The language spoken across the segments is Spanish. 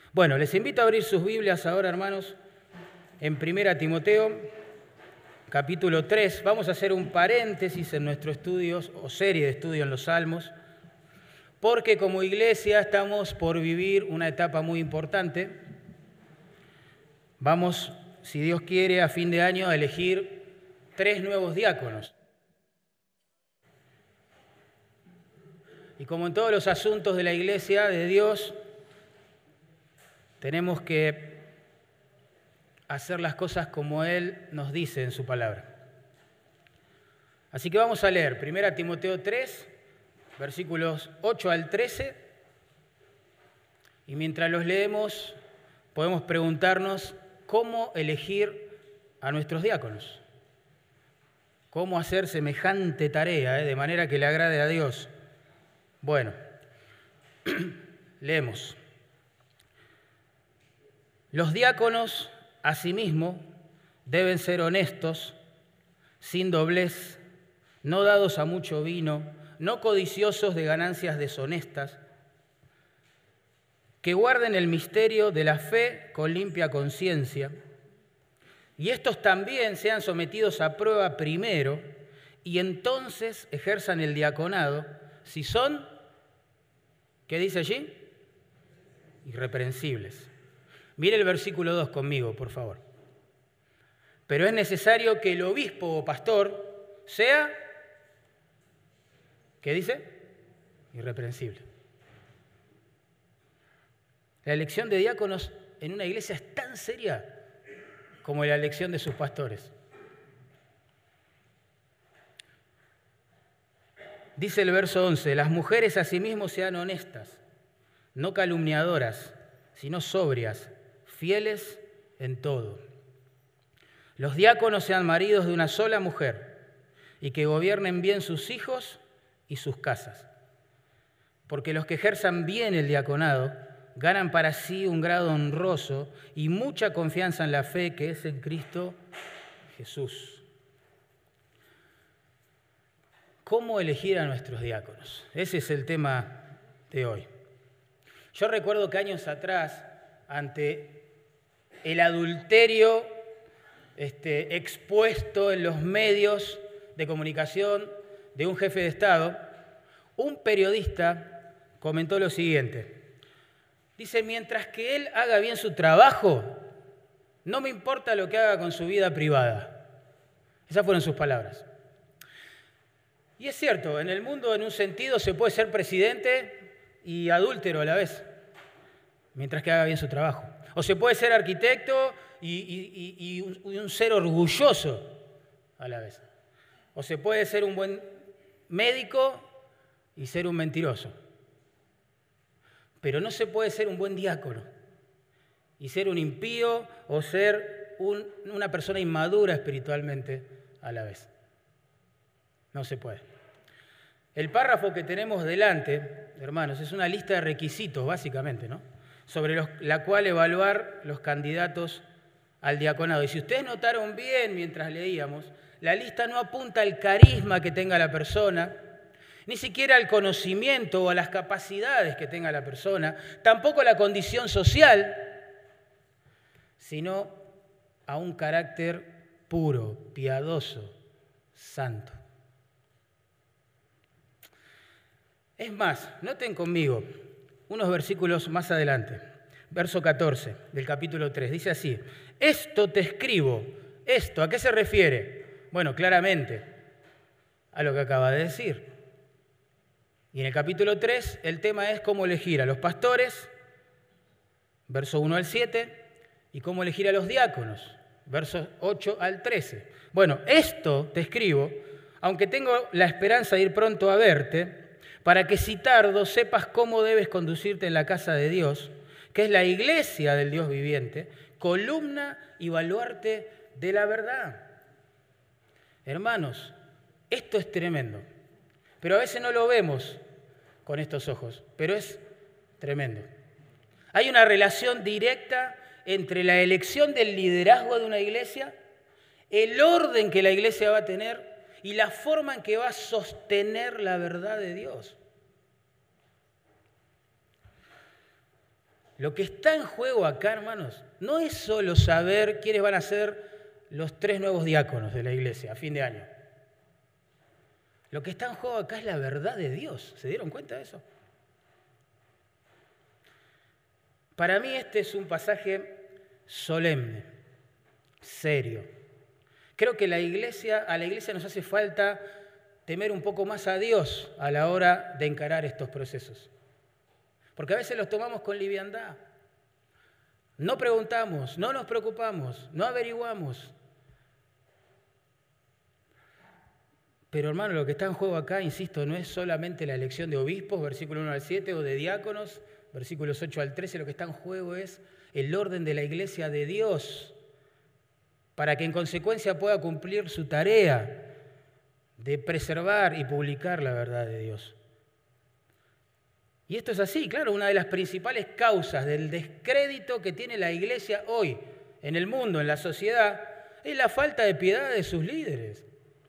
Bueno, les invito a abrir sus Biblias ahora, hermanos, en 1 Timoteo, capítulo 3. Vamos a hacer un paréntesis en nuestro estudio o serie de estudio en los Salmos, porque como iglesia estamos por vivir una etapa muy importante. Vamos, si Dios quiere, a fin de año a elegir 3 nuevos diáconos. Y como en todos los asuntos de la iglesia de Dios, tenemos que hacer las cosas como Él nos dice en su palabra. Así que vamos a leer 1 Timoteo 3, versículos 8 al 13. Y mientras los leemos, podemos preguntarnos cómo elegir a nuestros diáconos. Cómo hacer semejante tarea, de manera que le agrade a Dios. Bueno, leemos. Los diáconos, asimismo, deben ser honestos, sin doblez, no dados a mucho vino, no codiciosos de ganancias deshonestas, que guarden el misterio de la fe con limpia conciencia, y estos también sean sometidos a prueba primero, y entonces ejerzan el diaconado, si son, ¿qué dice allí? Irreprensibles. Mire el versículo 2 conmigo, por favor. Pero es necesario que el obispo o pastor sea, ¿qué dice? Irreprensible. La elección de diáconos en una iglesia es tan seria como la elección de sus pastores. Dice el verso 11, las mujeres asimismo sean honestas, no calumniadoras, sino sobrias, fieles en todo. Los diáconos sean maridos de una sola mujer y que gobiernen bien sus hijos y sus casas. Porque los que ejerzan bien el diaconado ganan para sí un grado honroso y mucha confianza en la fe que es en Cristo Jesús. ¿Cómo elegir a nuestros diáconos? Ese es el tema de hoy. Yo recuerdo que años atrás, ante el adulterio expuesto en los medios de comunicación de un jefe de Estado, un periodista comentó lo siguiente. Dice, mientras que él haga bien su trabajo, no me importa lo que haga con su vida privada. Esas fueron sus palabras. Y es cierto, en el mundo en un sentido se puede ser presidente y adúltero a la vez, mientras que haga bien su trabajo. O se puede ser arquitecto y un ser orgulloso a la vez. O se puede ser un buen médico y ser un mentiroso. Pero no se puede ser un buen diácono y ser un impío o ser una persona inmadura espiritualmente a la vez. No se puede. El párrafo que tenemos delante, hermanos, es una lista de requisitos, básicamente, ¿no? Sobre la cual evaluar los candidatos al diaconado. Y si ustedes notaron bien mientras leíamos, la lista no apunta al carisma que tenga la persona, ni siquiera al conocimiento o a las capacidades que tenga la persona, tampoco a la condición social, sino a un carácter puro, piadoso, santo. Es más, noten conmigo unos versículos más adelante. Verso 14 del capítulo 3. Dice así, esto te escribo. ¿Esto a qué se refiere? Bueno, claramente a lo que acaba de decir. Y en el capítulo 3 el tema es cómo elegir a los pastores, verso 1 al 7, y cómo elegir a los diáconos, versos 8 al 13. Bueno, esto te escribo, aunque tengo la esperanza de ir pronto a verte, para que si tardo sepas cómo debes conducirte en la casa de Dios, que es la iglesia del Dios viviente, columna y baluarte de la verdad. Hermanos, esto es tremendo, pero a veces no lo vemos con estos ojos, pero es tremendo. Hay una relación directa entre la elección del liderazgo de una iglesia, el orden que la iglesia va a tener y la forma en que va a sostener la verdad de Dios. Lo que está en juego acá, hermanos, no es solo saber quiénes van a ser los 3 nuevos diáconos de la iglesia a fin de año. Lo que está en juego acá es la verdad de Dios. ¿Se dieron cuenta de eso? Para mí este es un pasaje solemne, serio. Creo que a la iglesia nos hace falta temer un poco más a Dios a la hora de encarar estos procesos. Porque a veces los tomamos con liviandad. No preguntamos, no nos preocupamos, no averiguamos. Pero hermano, lo que está en juego acá, insisto, no es solamente la elección de obispos, versículo 1 al 7, o de diáconos, versículos 8 al 13, lo que está en juego es el orden de la iglesia de Dios, para que en consecuencia pueda cumplir su tarea de preservar y publicar la verdad de Dios. Y esto es así, claro, una de las principales causas del descrédito que tiene la iglesia hoy en el mundo, en la sociedad, es la falta de piedad de sus líderes.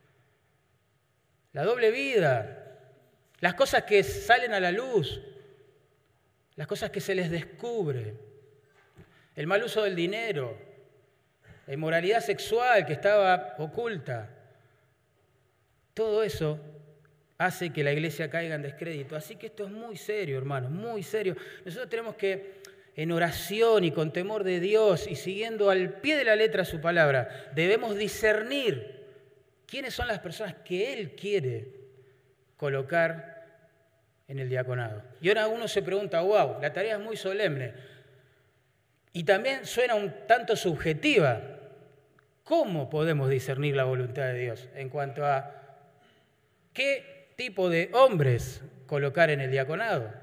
La doble vida, las cosas que salen a la luz, las cosas que se les descubre, el mal uso del dinero, la inmoralidad sexual que estaba oculta. Todo eso hace que la iglesia caiga en descrédito. Así que esto es muy serio, hermanos, muy serio. Nosotros tenemos que, en oración y con temor de Dios y siguiendo al pie de la letra su palabra, debemos discernir quiénes son las personas que Él quiere colocar en el diaconado. Y ahora uno se pregunta, wow, la tarea es muy solemne. Y también suena un tanto subjetiva. ¿Cómo podemos discernir la voluntad de Dios en cuanto a qué tipo de hombres colocar en el diaconado?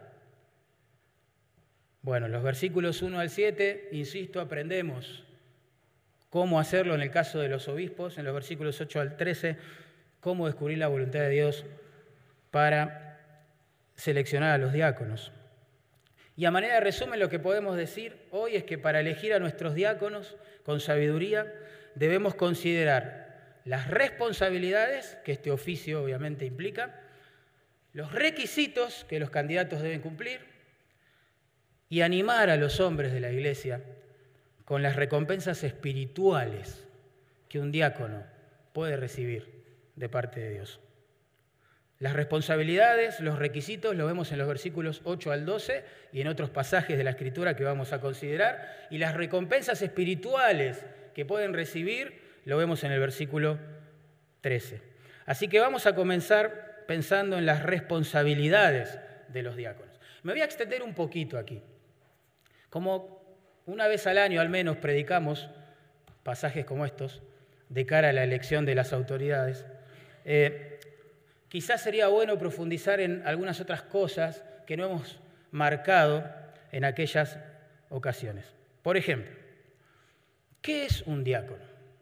Bueno, en los versículos 1 al 7, insisto, aprendemos cómo hacerlo en el caso de los obispos. En los versículos 8 al 13, cómo descubrir la voluntad de Dios para seleccionar a los diáconos. Y a manera de resumen, lo que podemos decir hoy es que para elegir a nuestros diáconos con sabiduría debemos considerar las responsabilidades que este oficio obviamente implica, los requisitos que los candidatos deben cumplir y animar a los hombres de la iglesia con las recompensas espirituales que un diácono puede recibir de parte de Dios. Las responsabilidades, los requisitos, los vemos en los versículos 8 al 12 y en otros pasajes de la Escritura que vamos a considerar, y las recompensas espirituales que pueden recibir lo vemos en el versículo 13. Así que vamos a comenzar pensando en las responsabilidades de los diáconos. Me voy a extender un poquito aquí. Como una vez al año al menos predicamos pasajes como estos de cara a la elección de las autoridades, quizás sería bueno profundizar en algunas otras cosas que no hemos marcado en aquellas ocasiones. Por ejemplo, ¿qué es un diácono?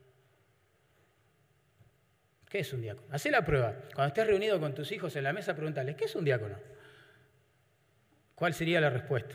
¿Qué es un diácono? Hacé la prueba. Cuando estés reunido con tus hijos en la mesa, pregúntales, ¿qué es un diácono? ¿Cuál sería la respuesta?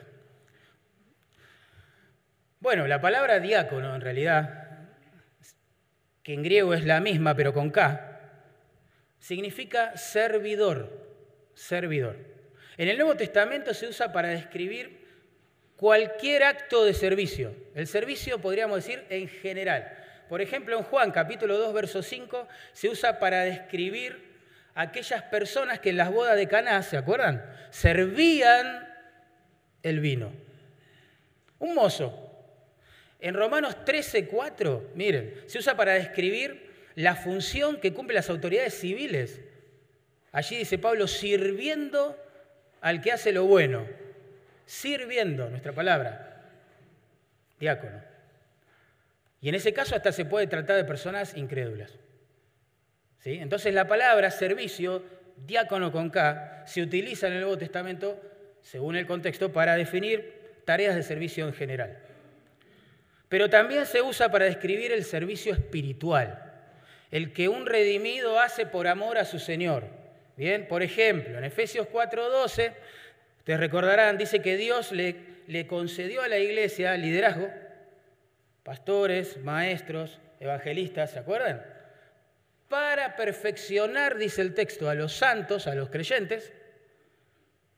Bueno, la palabra diácono, en realidad, que en griego es la misma, pero con K, significa servidor, servidor. En el Nuevo Testamento se usa para describir cualquier acto de servicio. El servicio, podríamos decir, en general. Por ejemplo, en Juan, capítulo 2, verso 5, se usa para describir aquellas personas que en las bodas de Caná, ¿se acuerdan?, servían el vino. Un mozo. En Romanos 13, 4, miren, se usa para describir la función que cumplen las autoridades civiles. Allí dice Pablo, sirviendo al que hace lo bueno. Sirviendo, nuestra palabra, diácono. Y en ese caso hasta se puede tratar de personas incrédulas. ¿Sí? Entonces la palabra servicio, diácono con K, se utiliza en el Nuevo Testamento, según el contexto, para definir tareas de servicio en general. Pero también se usa para describir el servicio espiritual, el que un redimido hace por amor a su Señor. Bien, por ejemplo, en Efesios 4:12, ustedes recordarán, dice que Dios le concedió a la iglesia liderazgo, pastores, maestros, evangelistas, ¿se acuerdan? Para perfeccionar, dice el texto, a los santos, a los creyentes,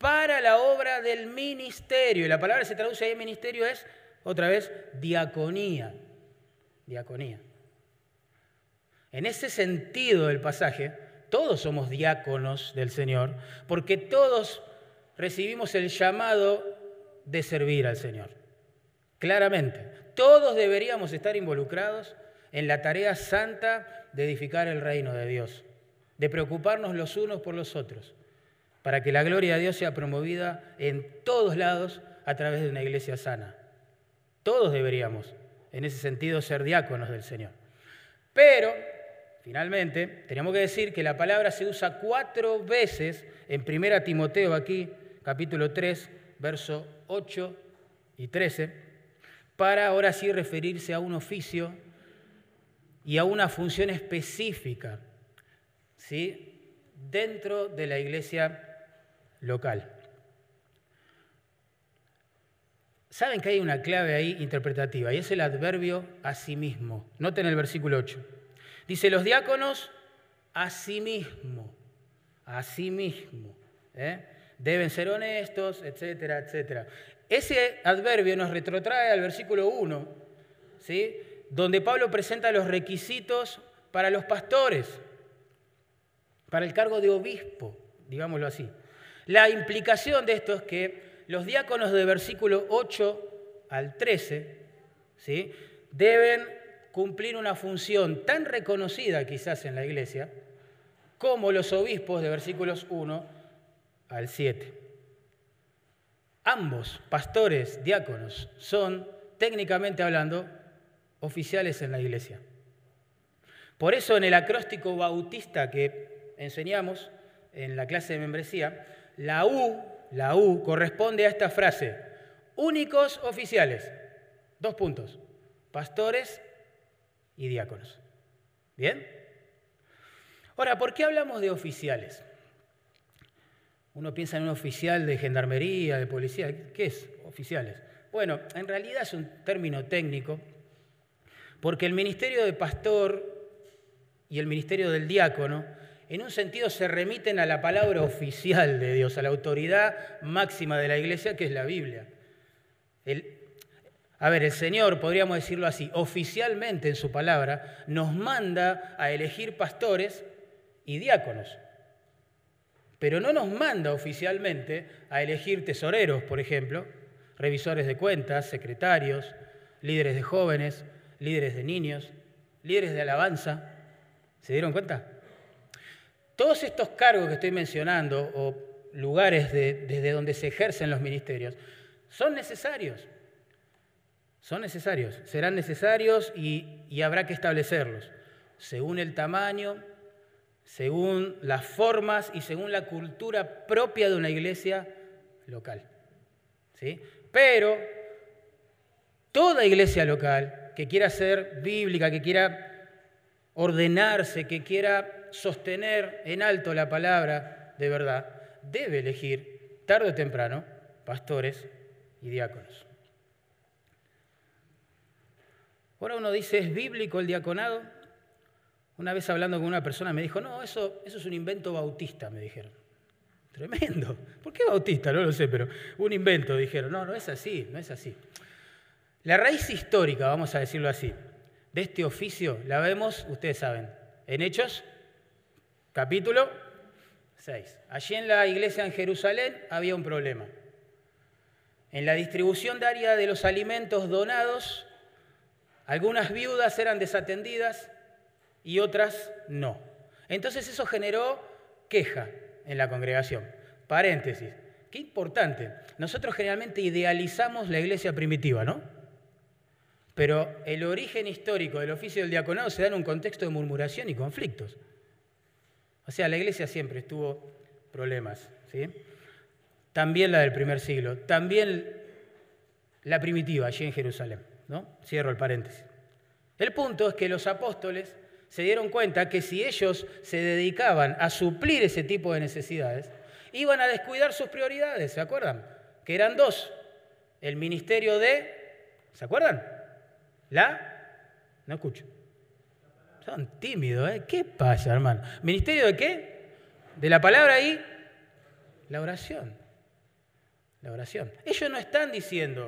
para la obra del ministerio. Y la palabra que se traduce ahí en ministerio es, otra vez, diaconía. Diaconía. En ese sentido del pasaje, todos somos diáconos del Señor, porque todos recibimos el llamado de servir al Señor. Claramente, todos deberíamos estar involucrados en la tarea santa de edificar el reino de Dios, de preocuparnos los unos por los otros, para que la gloria de Dios sea promovida en todos lados a través de una iglesia sana. Todos deberíamos, en ese sentido, ser diáconos del Señor. Pero, finalmente, tenemos que decir que la palabra se usa 4 veces en 1 Timoteo, aquí, capítulo 3, verso 8 y 13, para ahora sí referirse a un oficio y a una función específica, ¿sí?, dentro de la iglesia local. Saben que hay una clave ahí interpretativa y es el adverbio asimismo. Noten el versículo 8. Dice, los diáconos asimismo, deben ser honestos, etcétera, etcétera. Ese adverbio nos retrotrae al versículo 1, ¿sí?, donde Pablo presenta los requisitos para los pastores, para el cargo de obispo, digámoslo así. La implicación de esto es que los diáconos de versículo 8 al 13, ¿sí?, deben cumplir una función tan reconocida quizás en la iglesia como los obispos de versículos 1 al 7. Ambos, pastores, diáconos, son, técnicamente hablando, oficiales en la iglesia. Por eso en el acróstico bautista que enseñamos en la clase de membresía, la U corresponde a esta frase, únicos oficiales, 2 puntos, pastores y diáconos. ¿Bien? Ahora, ¿por qué hablamos de oficiales? Uno piensa en un oficial de gendarmería, de policía. ¿Qué es oficiales? Bueno, en realidad es un término técnico, porque el ministerio de pastor y el ministerio del diácono, en un sentido se remiten a la palabra oficial de Dios, a la autoridad máxima de la iglesia, que es la Biblia. El Señor, podríamos decirlo así, oficialmente en su palabra, nos manda a elegir pastores y diáconos. Pero no nos manda oficialmente a elegir tesoreros, por ejemplo, revisores de cuentas, secretarios, líderes de jóvenes, líderes de niños, líderes de alabanza. ¿Se dieron cuenta? Todos estos cargos que estoy mencionando, o lugares desde donde se ejercen los ministerios, son necesarios. Son necesarios, serán necesarios y habrá que establecerlos, según el tamaño, según las formas y según la cultura propia de una iglesia local. ¿Sí? Pero toda iglesia local que quiera ser bíblica, que quiera ordenarse, que quiera sostener en alto la palabra de verdad, debe elegir, tarde o temprano, pastores y diáconos. Ahora uno dice, ¿es bíblico el diaconado? Una vez hablando con una persona me dijo, no, eso es un invento bautista, me dijeron. Tremendo. ¿Por qué bautista? No lo sé, pero un invento, dijeron. No, no es así, no es así. La raíz histórica, vamos a decirlo así, de este oficio la vemos, ustedes saben, en Hechos, capítulo 6. Allí en la iglesia en Jerusalén había un problema. En la distribución diaria de los alimentos donados, algunas viudas eran desatendidas y otras no. Entonces eso generó queja en la congregación. Paréntesis. Qué importante. Nosotros generalmente idealizamos la iglesia primitiva, ¿no? Pero el origen histórico del oficio del diaconado se da en un contexto de murmuración y conflictos. O sea, la iglesia siempre tuvo problemas, ¿sí? También la del primer siglo, también la primitiva allí en Jerusalén, ¿no? Cierro el paréntesis. El punto es que los apóstoles se dieron cuenta que si ellos se dedicaban a suplir ese tipo de necesidades, iban a descuidar sus prioridades, ¿se acuerdan? Que eran 2. El ministerio de... ¿Se acuerdan? No escucho. Son tímidos, ¿eh? ¿Qué pasa, hermano? ¿Ministerio de qué? De la palabra y la oración. la oración. Ellos no están diciendo,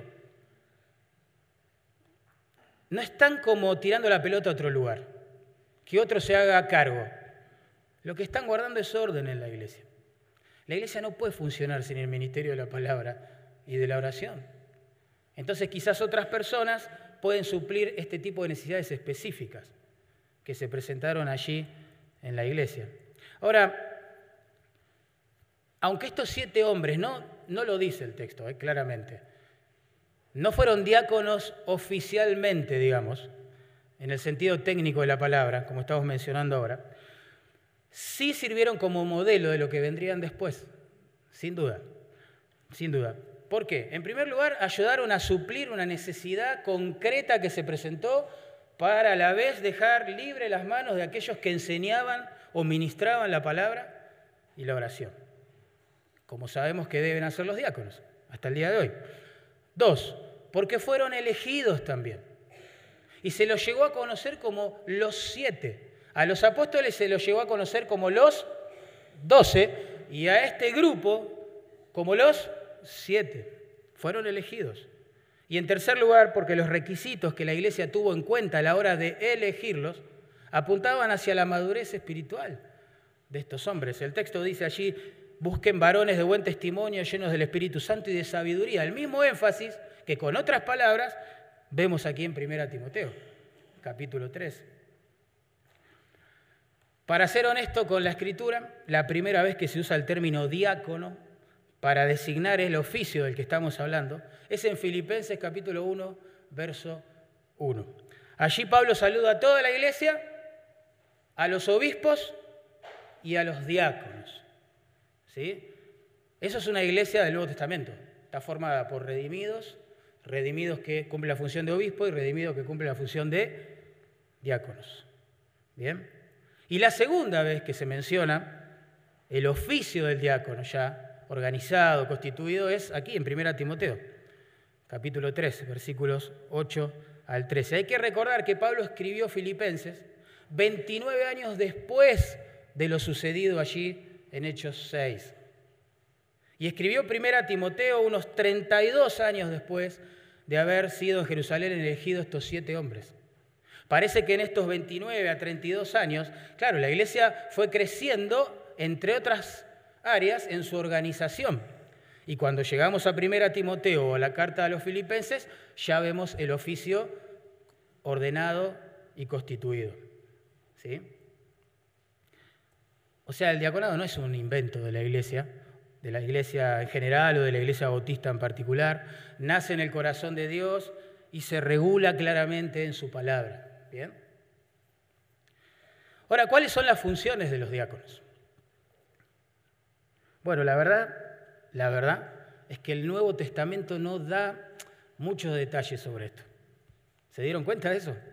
no están como tirando la pelota a otro lugar, que otro se haga cargo. Lo que están guardando es orden en la iglesia. La iglesia no puede funcionar sin el ministerio de la palabra y de la oración. Entonces quizás otras personas pueden suplir este tipo de necesidades específicas que se presentaron allí en la iglesia. Ahora, aunque estos 7 hombres, no lo dice el texto, claramente, no fueron diáconos oficialmente, digamos, en el sentido técnico de la palabra, como estamos mencionando ahora, sí sirvieron como modelo de lo que vendrían después, sin duda, sin duda. ¿Por qué? En primer lugar, ayudaron a suplir una necesidad concreta que se presentó para a la vez dejar libre las manos de aquellos que enseñaban o ministraban la palabra y la oración, como sabemos que deben hacer los diáconos hasta el día de hoy. 2, porque fueron elegidos también. Y se los llegó a conocer como los 7. A los apóstoles se los llegó a conocer como los 12 y a este grupo como los 7. Fueron elegidos. Y en tercer lugar, porque los requisitos que la iglesia tuvo en cuenta a la hora de elegirlos apuntaban hacia la madurez espiritual de estos hombres. El texto dice allí, busquen varones de buen testimonio, llenos del Espíritu Santo y de sabiduría. El mismo énfasis que con otras palabras vemos aquí en 1 Timoteo, capítulo 3. Para ser honesto con la Escritura, la primera vez que se usa el término diácono para designar el oficio del que estamos hablando es en Filipenses capítulo 1, verso 1. Allí Pablo saluda a toda la iglesia, a los obispos y a los diáconos. ¿Sí? Eso es una iglesia del Nuevo Testamento. Está formada por redimidos que cumplen la función de obispo y redimidos que cumplen la función de diáconos. ¿Bien? Y la segunda vez que se menciona el oficio del diácono ya organizado, constituido, es aquí en 1 Timoteo, capítulo 3, versículos 8 al 13. Hay que recordar que Pablo escribió Filipenses 29 años después de lo sucedido allí en Hechos 6. Y escribió 1 Timoteo unos 32 años después de haber sido en Jerusalén elegidos estos 7 hombres. Parece que en estos 29 a 32 años, claro, la iglesia fue creciendo, entre otras áreas, en su organización. Y cuando llegamos a 1 Timoteo o a la carta a los filipenses, ya vemos el oficio ordenado y constituido. ¿Sí? O sea, el diaconado no es un invento de la iglesia en general o de la iglesia bautista en particular. Nace en el corazón de Dios y se regula claramente en su palabra. ¿Bien? Ahora, ¿cuáles son las funciones de los diáconos? Bueno, la verdad es que el Nuevo Testamento no da muchos detalles sobre esto. ¿Se dieron cuenta de eso?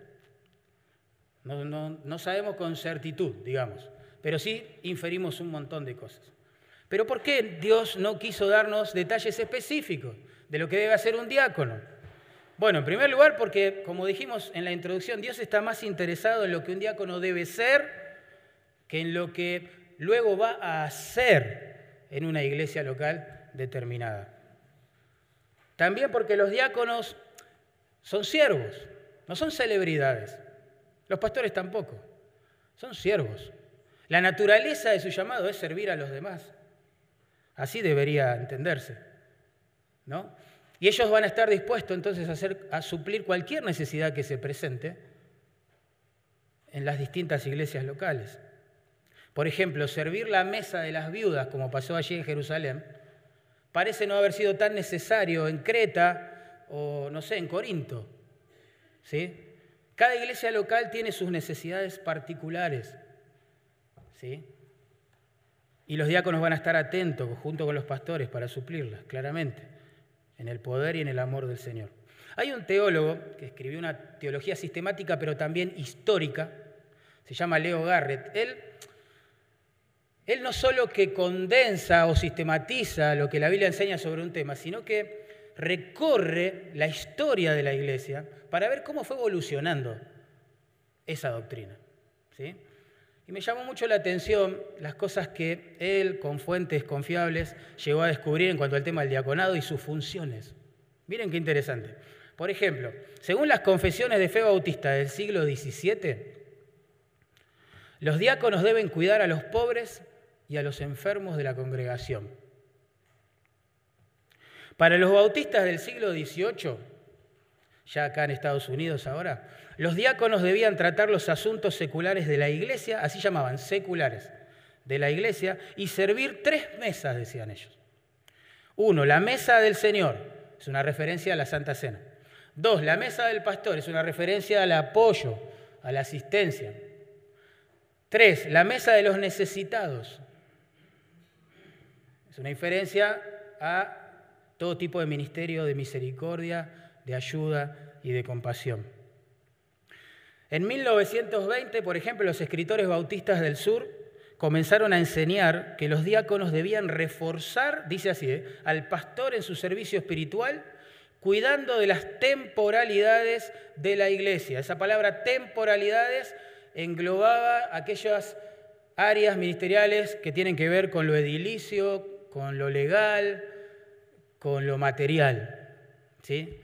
No sabemos con certitud, digamos, pero sí inferimos un montón de cosas. ¿Pero por qué Dios no quiso darnos detalles específicos de lo que debe hacer un diácono? Bueno, en primer lugar porque, como dijimos en la introducción, Dios está más interesado en lo que un diácono debe ser que en lo que luego va a hacer en una iglesia local determinada. También porque los diáconos son siervos, no son celebridades. Los pastores tampoco, son siervos. La naturaleza de su llamado es servir a los demás. Así debería entenderse, ¿no? Y ellos van a estar dispuestos entonces a suplir cualquier necesidad que se presente en las distintas iglesias locales. Por ejemplo, servir la mesa de las viudas, como pasó allí en Jerusalén, parece no haber sido tan necesario en Creta o, no sé, en Corinto. ¿Sí? Cada iglesia local tiene sus necesidades particulares. ¿Sí? Y los diáconos van a estar atentos junto con los pastores para suplirlas, claramente, en el poder y en el amor del Señor. Hay un teólogo que escribió una teología sistemática, pero también histórica, se llama Leo Garrett. Él no solo que condensa o sistematiza lo que la Biblia enseña sobre un tema, sino que recorre la historia de la iglesia para ver cómo fue evolucionando esa doctrina. ¿Sí? Y me llamó mucho la atención las cosas que él, con fuentes confiables, llegó a descubrir en cuanto al tema del diaconado y sus funciones. Miren qué interesante. Por ejemplo, según las confesiones de fe bautista del siglo XVII, los diáconos deben cuidar a los pobres y a los enfermos de la congregación. Para los bautistas del siglo XVIII, ya acá en Estados Unidos ahora, los diáconos debían tratar los asuntos seculares de la iglesia, así llamaban, seculares, de la iglesia, y servir 3 mesas, decían ellos. 1, la mesa del Señor, es una referencia a la Santa Cena. 2, la mesa del pastor, es una referencia al apoyo, a la asistencia. 3, la mesa de los necesitados, es una inferencia a todo tipo de ministerio de misericordia, de ayuda y de compasión. En 1920, por ejemplo, los escritores bautistas del sur comenzaron a enseñar que los diáconos debían reforzar, dice así, al pastor en su servicio espiritual, cuidando de las temporalidades de la iglesia. Esa palabra temporalidades englobaba aquellas áreas ministeriales que tienen que ver con lo edilicio, con lo legal, con lo material, ¿sí?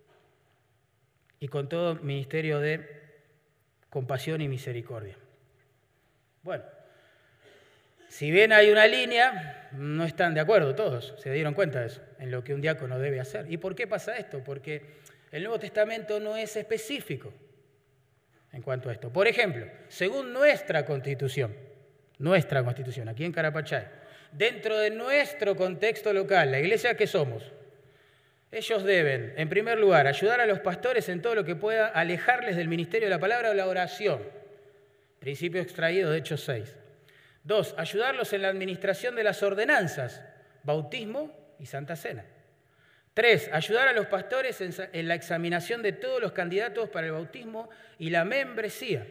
Y con todo ministerio de compasión y misericordia. Bueno, si bien hay una línea, no están de acuerdo todos, se dieron cuenta de eso, en lo que un diácono debe hacer. ¿Y por qué pasa esto? Porque el Nuevo Testamento no es específico en cuanto a esto. Por ejemplo, según nuestra Constitución, aquí en Carapachay, dentro de nuestro contexto local, la iglesia que somos, ellos deben, en primer lugar, ayudar a los pastores en todo lo que pueda alejarles del ministerio de la palabra o la oración. Principio extraído de Hechos 6. 2, ayudarlos en la administración de las ordenanzas, bautismo y Santa Cena. 3, ayudar a los pastores en la examinación de todos los candidatos para el bautismo y la membresía.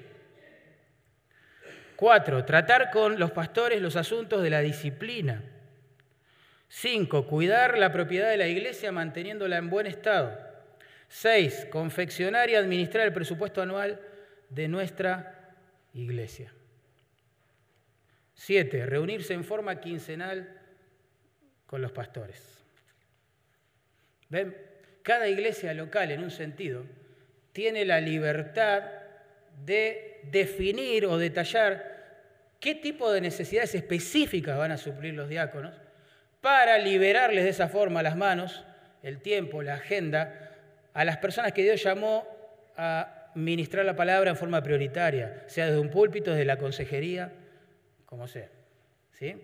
4, tratar con los pastores los asuntos de la disciplina. 5, cuidar la propiedad de la iglesia manteniéndola en buen estado. 6, confeccionar y administrar el presupuesto anual de nuestra iglesia. 7, reunirse en forma quincenal con los pastores. ¿Ven? Cada iglesia local, en un sentido, tiene la libertad de definir o detallar qué tipo de necesidades específicas van a suplir los diáconos para liberarles de esa forma las manos, el tiempo, la agenda, a las personas que Dios llamó a ministrar la palabra en forma prioritaria, sea desde un púlpito, desde la consejería, como sea. ¿Sí?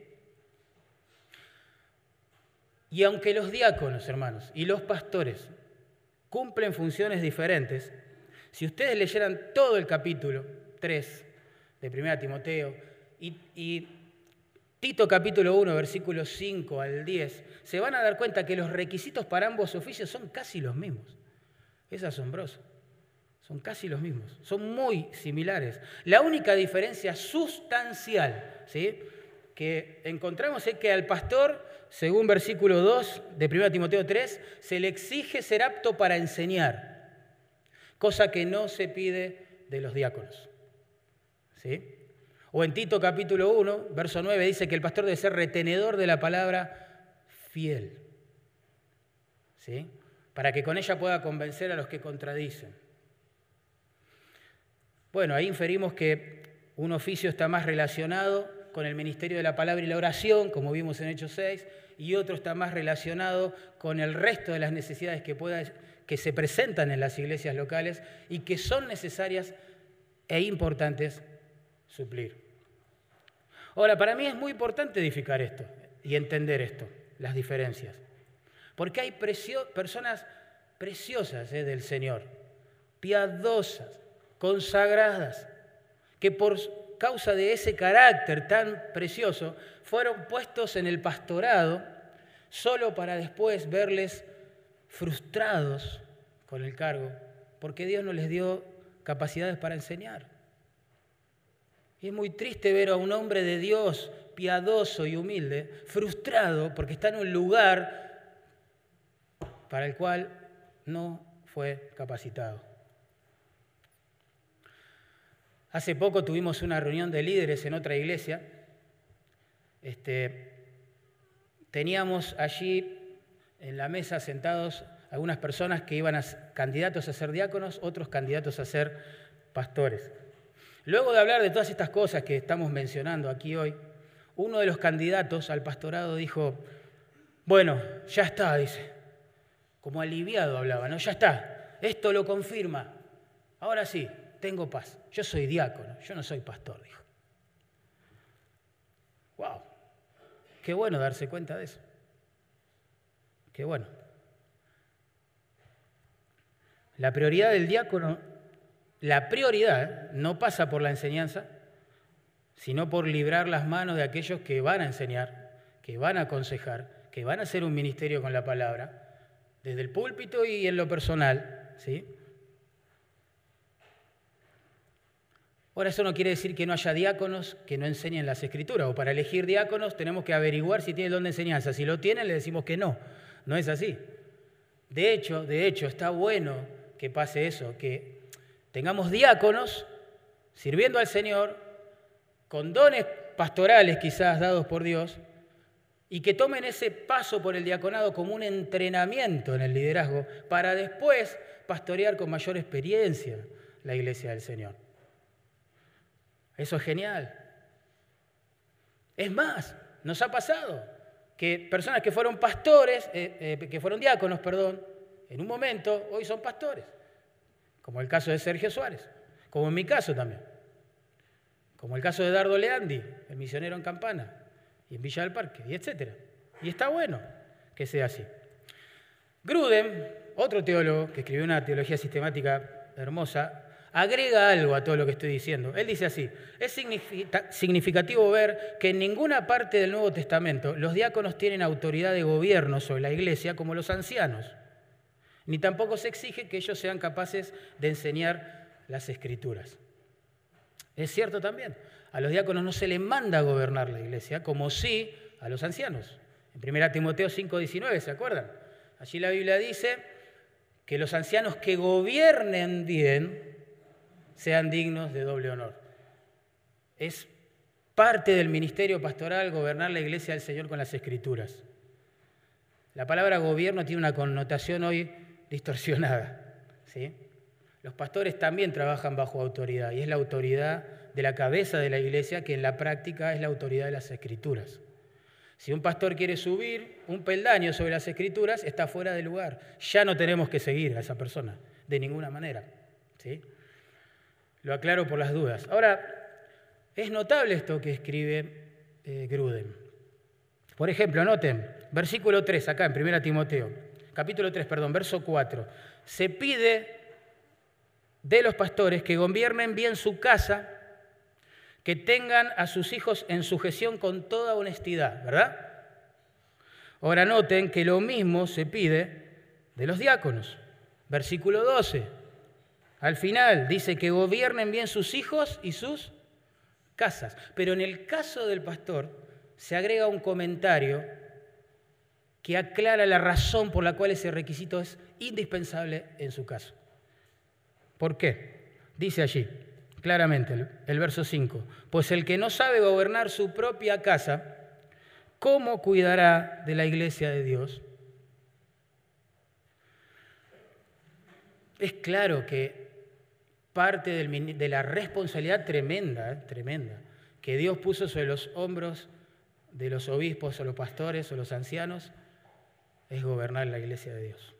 Y aunque los diáconos, hermanos, y los pastores cumplen funciones diferentes, si ustedes leyeran todo el capítulo 3 de 1 Timoteo y Tito capítulo 1, versículos 5 al 10, se van a dar cuenta que los requisitos para ambos oficios son casi los mismos. Es asombroso. Son casi los mismos. Son muy similares. La única diferencia sustancial, ¿sí?, que encontramos es que al pastor, según versículo 2 de 1 Timoteo 3, se le exige ser apto para enseñar, cosa que no se pide de los diáconos. ¿Sí? O en Tito capítulo 1, verso 9, dice que el pastor debe ser retenedor de la palabra fiel, ¿sí?, para que con ella pueda convencer a los que contradicen. Bueno, ahí inferimos que un oficio está más relacionado con el ministerio de la palabra y la oración, como vimos en Hechos 6, y otro está más relacionado con el resto de las necesidades que se presentan en las iglesias locales y que son necesarias e importantes suplir. Ahora, para mí es muy importante edificar esto y entender esto, las diferencias, porque hay personas preciosas del Señor, piadosas, consagradas, que por causa de ese carácter tan precioso fueron puestos en el pastorado solo para después verles frustrados con el cargo, porque Dios no les dio capacidades para enseñar. Y es muy triste ver a un hombre de Dios piadoso y humilde frustrado porque está en un lugar para el cual no fue capacitado. Hace poco tuvimos una reunión de líderes en otra iglesia. Teníamos allí en la mesa sentados algunas personas que iban candidatos a ser diáconos, otros candidatos a ser pastores. Luego de hablar de todas estas cosas que estamos mencionando aquí hoy, uno de los candidatos al pastorado dijo, bueno, ya está, dice, como aliviado hablaba, ¿no? Ya está, esto lo confirma, ahora sí, tengo paz, yo soy diácono, yo no soy pastor, dijo. ¡Wow! Qué bueno darse cuenta de eso. Qué bueno. La prioridad del diácono, la prioridad no pasa por la enseñanza, sino por librar las manos de aquellos que van a enseñar, que van a aconsejar, que van a hacer un ministerio con la palabra, desde el púlpito y en lo personal, ¿sí? Ahora, eso no quiere decir que no haya diáconos que no enseñen las Escrituras, o para elegir diáconos tenemos que averiguar si tienen don de enseñanza. Si lo tienen, le decimos que no. No es así. De hecho, está bueno que pase eso, que tengamos diáconos sirviendo al Señor, con dones pastorales quizás dados por Dios, y que tomen ese paso por el diaconado como un entrenamiento en el liderazgo para después pastorear con mayor experiencia la iglesia del Señor. Eso es genial. Es más, nos ha pasado que personas que fueron pastores, que fueron diáconos, en un momento hoy son pastores, como el caso de Sergio Suárez, como en mi caso también, como el caso de Dardo Leandi, el misionero en Campana y en Villa del Parque, y etcétera. Y está bueno que sea así. Grudem, otro teólogo que escribió una teología sistemática hermosa, agrega algo a todo lo que estoy diciendo. Él dice así, es significativo ver que en ninguna parte del Nuevo Testamento los diáconos tienen autoridad de gobierno sobre la iglesia como los ancianos, ni tampoco se exige que ellos sean capaces de enseñar las Escrituras. Es cierto también, a los diáconos no se les manda a gobernar la iglesia, como sí a los ancianos. En 1 Timoteo 5:19, ¿se acuerdan? Allí la Biblia dice que los ancianos que gobiernen bien sean dignos de doble honor. Es parte del ministerio pastoral gobernar la iglesia del Señor con las Escrituras. La palabra gobierno tiene una connotación hoy distorsionada, ¿sí? Los pastores también trabajan bajo autoridad y es la autoridad de la cabeza de la iglesia que en la práctica es la autoridad de las Escrituras. Si un pastor quiere subir un peldaño sobre las Escrituras, está fuera de lugar. Ya no tenemos que seguir a esa persona de ninguna manera, ¿sí? Lo aclaro por las dudas. Ahora, es notable esto que escribe Grudem. Por ejemplo, noten, versículo 3, acá en 1 Timoteo, capítulo 3, verso 4. Se pide de los pastores que gobiernen bien su casa, que tengan a sus hijos en sujeción con toda honestidad, ¿verdad? Ahora noten que lo mismo se pide de los diáconos. Versículo 12. Al final dice que gobiernen bien sus hijos y sus casas. Pero en el caso del pastor se agrega un comentario que aclara la razón por la cual ese requisito es indispensable en su caso. ¿Por qué? Dice allí claramente el verso 5. Pues el que no sabe gobernar su propia casa, ¿cómo cuidará de la iglesia de Dios? Es claro que parte de la responsabilidad tremenda que Dios puso sobre los hombros de los obispos o los pastores o los ancianos es gobernar la iglesia de Dios.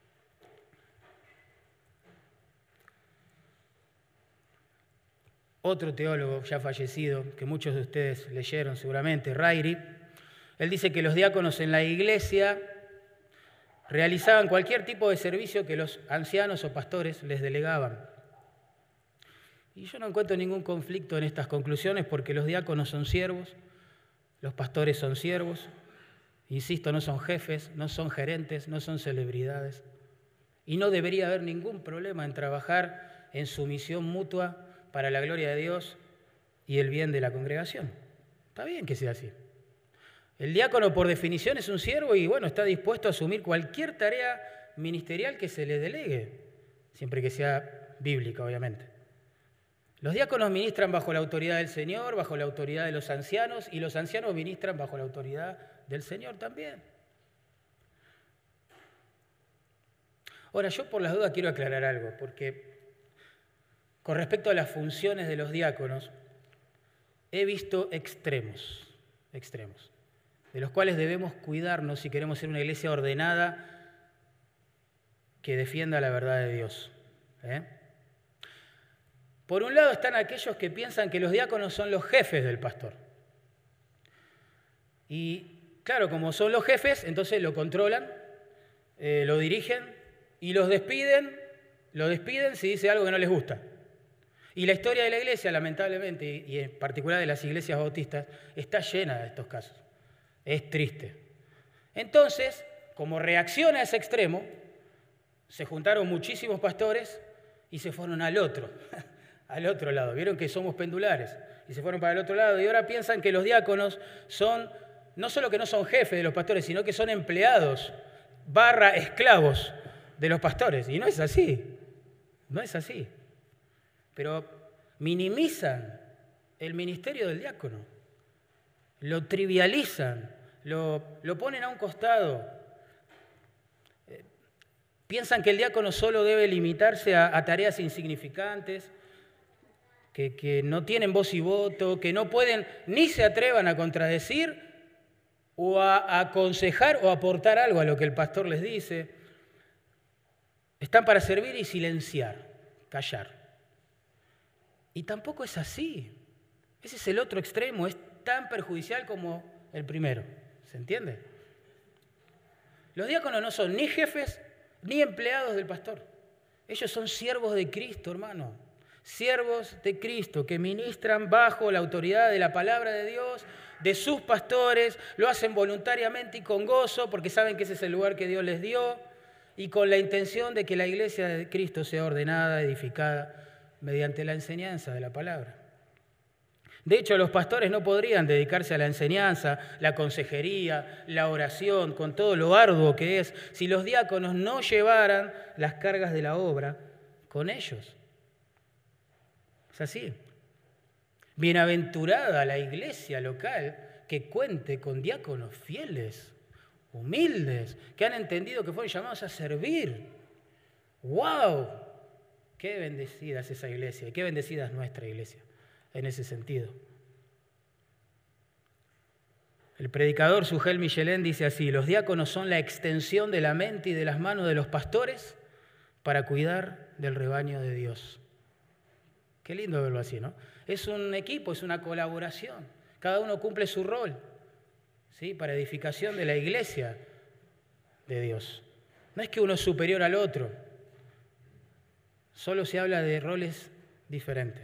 Otro teólogo ya fallecido, que muchos de ustedes leyeron seguramente, Rairi, él dice que los diáconos en la iglesia realizaban cualquier tipo de servicio que los ancianos o pastores les delegaban. Y yo no encuentro ningún conflicto en estas conclusiones porque los diáconos son siervos, los pastores son siervos, insisto, no son jefes, no son gerentes, no son celebridades. Y no debería haber ningún problema en trabajar en sumisión mutua para la gloria de Dios y el bien de la congregación. Está bien que sea así. El diácono por definición es un siervo y bueno, está dispuesto a asumir cualquier tarea ministerial que se le delegue, siempre que sea bíblica, obviamente. Los diáconos ministran bajo la autoridad del Señor, bajo la autoridad de los ancianos, y los ancianos ministran bajo la autoridad del Señor también. Ahora, yo por las dudas quiero aclarar algo, porque con respecto a las funciones de los diáconos, he visto extremos, de los cuales debemos cuidarnos si queremos ser una iglesia ordenada que defienda la verdad de Dios. Por un lado están aquellos que piensan que los diáconos son los jefes del pastor. Y claro, como son los jefes, entonces lo controlan, lo dirigen y los despiden si dice algo que no les gusta. Y la historia de la iglesia, lamentablemente, y en particular de las iglesias bautistas, está llena de estos casos. Es triste. Entonces, como reacción a ese extremo, se juntaron muchísimos pastores y se fueron al otro lado. Vieron que somos pendulares y se fueron para el otro lado y ahora piensan que los diáconos son, no solo que no son jefes de los pastores, sino que son empleados / esclavos de los pastores. Y no es así, no es así. Pero minimizan el ministerio del diácono, lo trivializan, lo ponen a un costado. Piensan que el diácono solo debe limitarse a tareas insignificantes, que no tienen voz y voto, que no pueden ni se atrevan a contradecir o a aconsejar o aportar algo a lo que el pastor les dice. Están para servir y silenciar, callar. Y tampoco es así. Ese es el otro extremo, es tan perjudicial como el primero. ¿Se entiende? Los diáconos no son ni jefes ni empleados del pastor. Ellos son siervos de Cristo, hermano. Siervos de Cristo que ministran bajo la autoridad de la palabra de Dios, de sus pastores, lo hacen voluntariamente y con gozo porque saben que ese es el lugar que Dios les dio y con la intención de que la iglesia de Cristo sea ordenada, edificada mediante la enseñanza de la palabra. De hecho, los pastores no podrían dedicarse a la enseñanza, la consejería, la oración, con todo lo arduo que es, si los diáconos no llevaran las cargas de la obra con ellos. Es así. Bienaventurada la iglesia local que cuente con diáconos fieles, humildes, que han entendido que fueron llamados a servir. ¡Wow! Qué bendecida es esa iglesia y qué bendecida es nuestra iglesia en ese sentido. El predicador Sujel Michelén dice así: los diáconos son la extensión de la mente y de las manos de los pastores para cuidar del rebaño de Dios. Qué lindo verlo así, ¿no? Es un equipo, es una colaboración. Cada uno cumple su rol, ¿sí? Para edificación de la iglesia de Dios. No es que uno es superior al otro. Solo se habla de roles diferentes.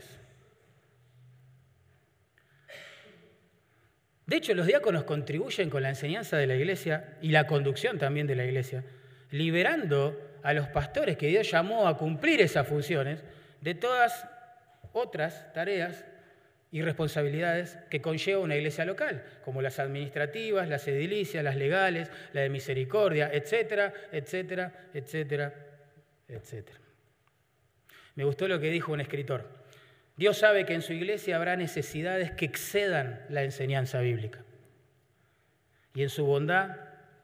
De hecho, los diáconos contribuyen con la enseñanza de la iglesia y la conducción también de la iglesia, liberando a los pastores que Dios llamó a cumplir esas funciones de todas otras tareas y responsabilidades que conlleva una iglesia local, como las administrativas, las edilicias, las legales, la de misericordia, etcétera, etcétera, etcétera, etcétera. Me gustó lo que dijo un escritor. Dios sabe que en su iglesia habrá necesidades que excedan la enseñanza bíblica. Y en su bondad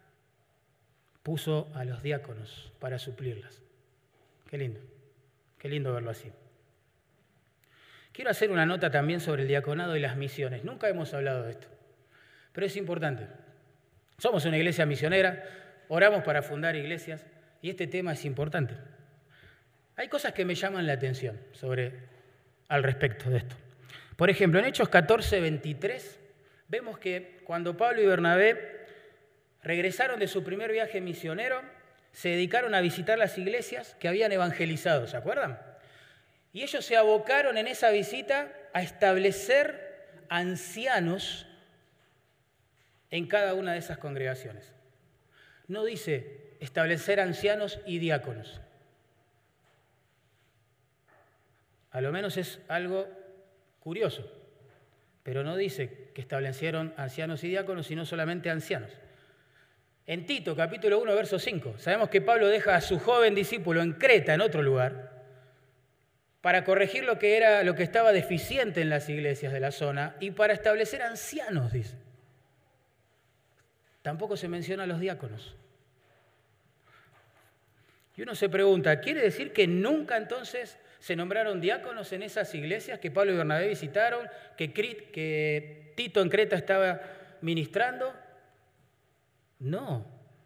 puso a los diáconos para suplirlas. Qué lindo verlo así. Quiero hacer una nota también sobre el diaconado y las misiones. Nunca hemos hablado de esto, pero es importante. Somos una iglesia misionera, oramos para fundar iglesias y este tema es importante. Hay cosas que me llaman la atención al respecto de esto. Por ejemplo, en Hechos 14:23 vemos que cuando Pablo y Bernabé regresaron de su primer viaje misionero, se dedicaron a visitar las iglesias que habían evangelizado, ¿se acuerdan? Y ellos se abocaron en esa visita a establecer ancianos en cada una de esas congregaciones. No dice establecer ancianos y diáconos. A lo menos es algo curioso, pero no dice que establecieron ancianos y diáconos, sino solamente ancianos. En Tito, capítulo 1, verso 5, sabemos que Pablo deja a su joven discípulo en Creta, en otro lugar, para corregir lo que estaba deficiente en las iglesias de la zona y para establecer ancianos, dice. Tampoco se menciona a los diáconos. Y uno se pregunta, ¿quiere decir que nunca entonces se nombraron diáconos en esas iglesias que Pablo y Bernabé visitaron, que Tito en Creta estaba ministrando? No.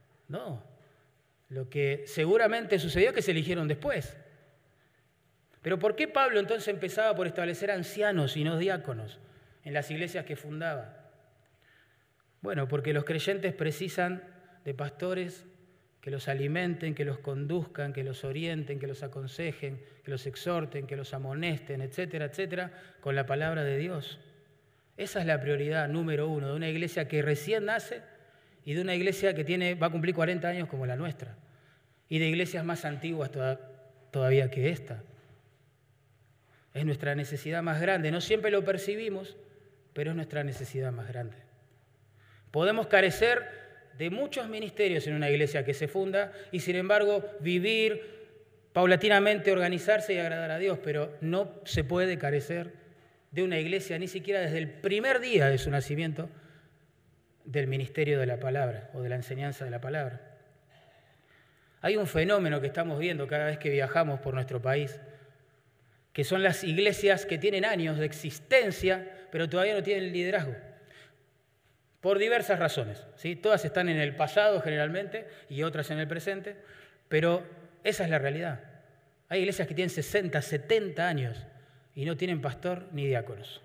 Lo que seguramente sucedió es que se eligieron después. Pero ¿por qué Pablo entonces empezaba por establecer ancianos y no diáconos en las iglesias que fundaba? Bueno, porque los creyentes precisan de pastores que los alimenten, que los conduzcan, que los orienten, que los aconsejen, que los exhorten, que los amonesten, etcétera, etcétera, con la palabra de Dios. Esa es la prioridad número uno de una iglesia que recién nace y de una iglesia que va a cumplir 40 años como la nuestra, y de iglesias más antiguas todavía que esta. Es nuestra necesidad más grande. No siempre lo percibimos, pero es nuestra necesidad más grande. Podemos carecer de muchos ministerios en una iglesia que se funda y, sin embargo, vivir paulatinamente, organizarse y agradar a Dios, pero no se puede carecer de una iglesia, ni siquiera desde el primer día de su nacimiento, del ministerio de la palabra o de la enseñanza de la palabra. Hay un fenómeno que estamos viendo cada vez que viajamos por nuestro país, que son las iglesias que tienen años de existencia, pero todavía no tienen liderazgo. Por diversas razones, ¿sí? Todas están en el pasado generalmente y otras en el presente, pero esa es la realidad. Hay iglesias que tienen 60, 70 años y no tienen pastor ni diáconos.